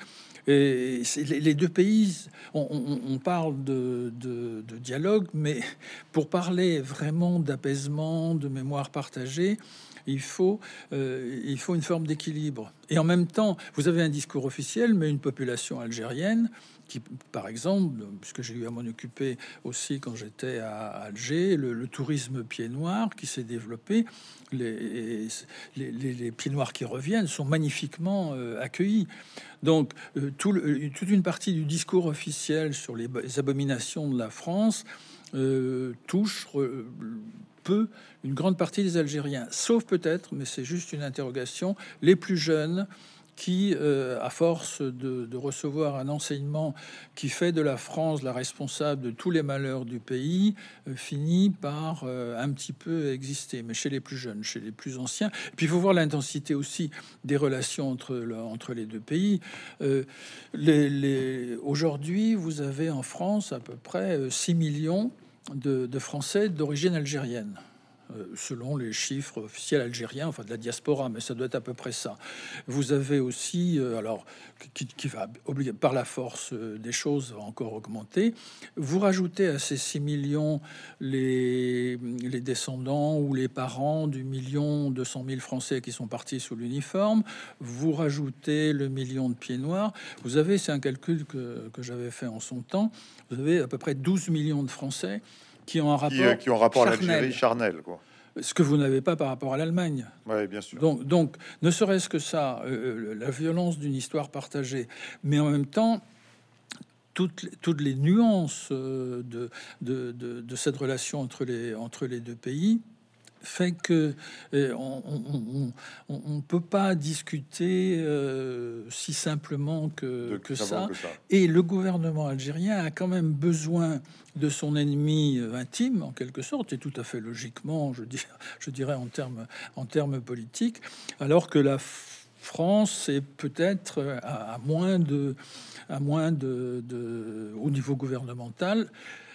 Et c'est- les, les deux pays, on, on- on parle de, de- de dialogue, mais pour parler vraiment d'apaisement, de mémoire partagée, il faut, euh, il faut une forme d'équilibre. Et en même temps, vous avez un discours officiel, mais une population algérienne qui, par exemple, puisque j'ai eu à m'en occuper aussi quand j'étais à Alger, le, le tourisme pied noir qui s'est développé, les, les, les- les pieds noirs qui reviennent sont magnifiquement euh, accueillis. Donc, euh, tout le- toute une partie du discours officiel sur les, les abominations de la France euh, touche euh, peu une grande partie des Algériens, sauf peut-être, mais c'est juste une interrogation, les plus jeunes qui, euh, à force de, de recevoir un enseignement qui fait de la France la responsable de tous les malheurs du pays, euh, finit par euh, un petit peu exister, mais chez les plus jeunes, chez les plus anciens. Et puis il faut voir l'intensité aussi des relations entre, le- entre les deux pays. Euh, les, les- Aujourd'hui, vous avez en France à peu près euh, six millions de, de Français d'origine algérienne. euh, selon les chiffres officiels algériens, enfin de la diaspora, mais ça doit être à peu près ça. Vous avez aussi, euh, alors qui, qui va obliger par la force euh, des choses va encore augmenter. Vous rajoutez à ces six millions les, les descendants ou les parents du million deux cent mille Français qui sont partis sous l'uniforme. Vous rajoutez le million de pieds noirs. Vous avez, c'est un calcul que, que j'avais fait en son temps, vous avez à peu près douze millions de Français qui ont un rapport, qui, euh, qui ont rapport charnel, à l'Algérie charnel, quoi. Ce que vous n'avez pas par rapport à l'Allemagne. Oui, bien sûr. Donc, donc ne serait-ce que ça, euh, la violence d'une histoire partagée, mais en même temps, toutes, toutes les nuances euh, de, de, de, de cette relation entre les, entre les deux pays fait que euh, on ne peut pas discuter euh, si simplement que, que, ça. que ça. Et le gouvernement algérien a quand même besoin de son ennemi intime, en quelque sorte, et tout à fait logiquement, je, dis, je dirais en termes en termes politiques, alors que la France est peut-être à, à moins de, à moins de, de au niveau gouvernemental.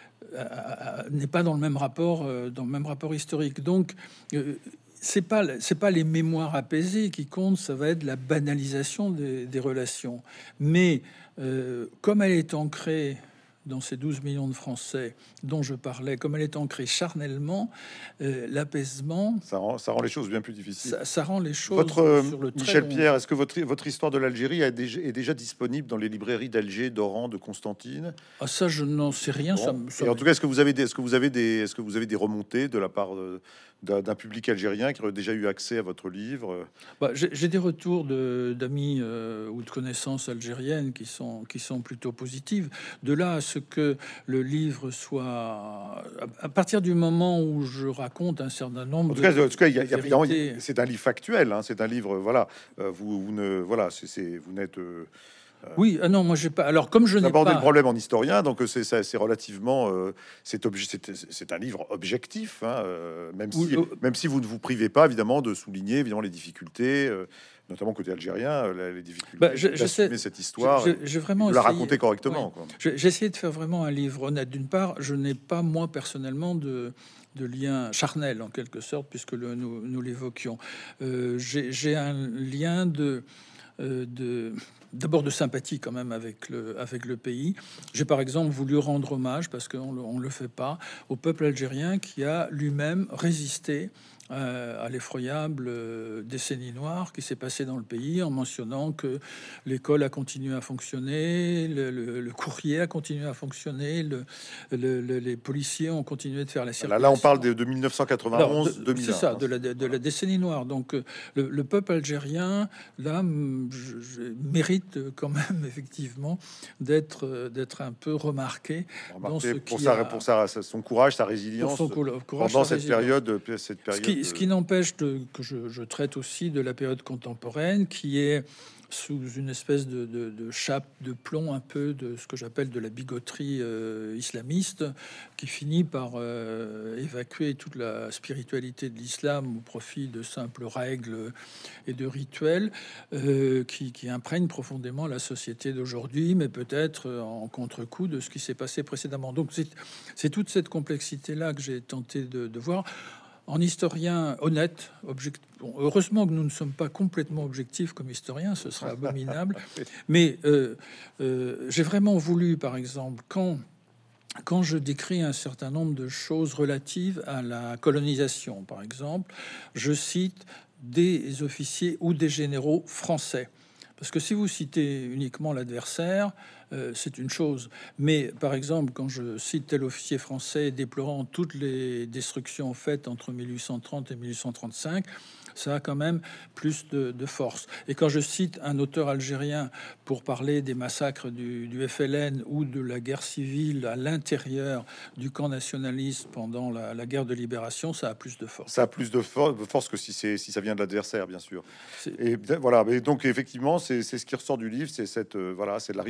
n'est pas dans le même rapport, dans le même rapport historique. Donc, euh, c'est pas c'est pas les mémoires apaisées qui comptent, ça va être la banalisation des, des relations. Mais euh, comme elle est ancrée dans ces douze millions de Français dont je parlais, comme elle est ancrée charnellement, euh, l'apaisement... Ça rend, ça rend les choses bien plus difficiles. Ça, ça rend les choses... Votre, sur le Michel long... Pierre, est-ce que votre, votre histoire de l'Algérie est déjà, est déjà disponible dans les librairies d'Alger, d'Oran, de Constantine? Ah, ça, je n'en sais rien. Bon. Ça, ça Et en tout cas, est-ce que vous avez des, est-ce que vous avez des, est-ce que vous avez des remontées de la part de, d'un, d'un public algérien qui aurait déjà eu accès à votre livre? Bah, j'ai, j'ai des retours de, d'amis euh, ou de connaissances algériennes qui sont, qui sont plutôt positives. De là à ce que le livre soit... À partir du moment où je raconte un certain nombre... En tout cas, de, en tout cas il y a, évidemment, vérités... c'est un livre factuel, hein, c'est un livre, voilà, euh, vous, vous ne... Voilà, c'est, c'est vous n'êtes... Euh, Oui, ah non, moi j'ai pas. Alors comme je n'ai pas abordé le problème en historien, donc c'est ça, c'est relativement, euh, c'est obje- c'est c'est un livre objectif, hein, euh, même si Oui, euh, même si vous ne vous privez pas évidemment de souligner évidemment les difficultés, euh, notamment côté algérien, euh, les difficultés bah, je- d'assumer j'essaie- cette histoire, j'ai- j'ai vraiment et de la essayé- raconter correctement. ouais. Quoi. J'ai j'ai essayé de faire vraiment un livre honnête. D'une part, je n'ai pas moi personnellement de de lien charnel en quelque sorte, puisque le, nous, nous l'évoquions. Euh, j'ai j'ai un lien de euh, de d'abord de sympathie quand même avec le, avec le pays. J'ai par exemple voulu rendre hommage, parce qu'on ne le, le fait pas, au peuple algérien qui a lui-même résisté euh, à l'effroyable euh, décennie noire qui s'est passée dans le pays, en mentionnant que l'école a continué à fonctionner, le, le, le courrier a continué à fonctionner, le, le, le, les policiers ont continué de faire la circulation. Là, là on parle de, de mille neuf cent quatre-vingt-onze deux mille un. C'est ça, de la, de la décennie noire. Donc le, le peuple algérien, là, je, je mérite quand même effectivement d'être d'être un peu remarqué, remarqué dans ce pour, qui sa, a, pour sa, son courage, sa résilience son courage, pendant sa cette résilience. période, cette période. Ce qui, ce qui n'empêche de, que je, je traite aussi de la période contemporaine, qui est sous une espèce de, de, de chape de plomb, un peu de ce que j'appelle de la bigoterie euh, islamiste, qui finit par euh, évacuer toute la spiritualité de l'islam au profit de simples règles et de rituels euh, qui, qui imprègnent profondément la société d'aujourd'hui, mais peut-être en contre-coup de ce qui s'est passé précédemment. Donc c'est, c'est toute cette complexité-là que j'ai tenté de, de voir. En historien honnête, object... bon, heureusement que nous ne sommes pas complètement objectifs comme historiens, ce serait abominable. Mais euh, euh, j'ai vraiment voulu, par exemple, quand, quand je décris un certain nombre de choses relatives à la colonisation, par exemple, je cite des officiers ou des généraux français. Parce que si vous citez uniquement l'adversaire, euh, c'est une chose. Mais par exemple, quand je cite tel officier français déplorant toutes les destructions faites entre mille huit cent trente et mille huit cent trente-cinq, ça a quand même plus de, de force. Et quand je cite un auteur algérien pour parler des massacres du, du F L N ou de la guerre civile à l'intérieur du camp nationaliste pendant la, la guerre de libération, ça a plus de force. Ça a plus de, for de force que si, c'est, si ça vient de l'adversaire, bien sûr. Et voilà. Mais donc effectivement, c'est ce qui ressort du livre, c'est cette euh, voilà, c'est la richesse de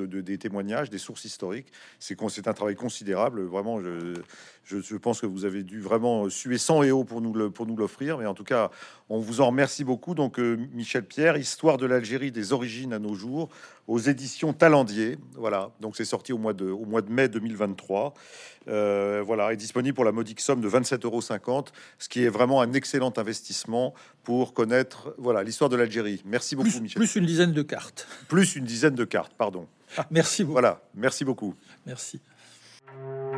de, des témoignages, des sources historiques. C'est con- c'est un travail considérable. Vraiment, je, je, je pense que vous avez dû vraiment suer sang et eau pour nous le, pour nous l'offrir. Mais en tout cas, on vous en remercie beaucoup. Donc, euh, Michel Pierre, Histoire de l'Algérie des origines à nos jours, aux éditions Talendier. Voilà. Donc, c'est sorti au mois de, au mois de mai deux mille vingt-trois. Euh, voilà, est disponible pour la modique somme de vingt-sept euros cinquante, ce qui est vraiment un excellent investissement pour connaître voilà l'histoire de l'Algérie. Merci beaucoup, Plus, Michel. plus une dizaine de cartes. Plus une dizaine de cartes, pardon. Merci beaucoup. Voilà, merci beaucoup. Merci.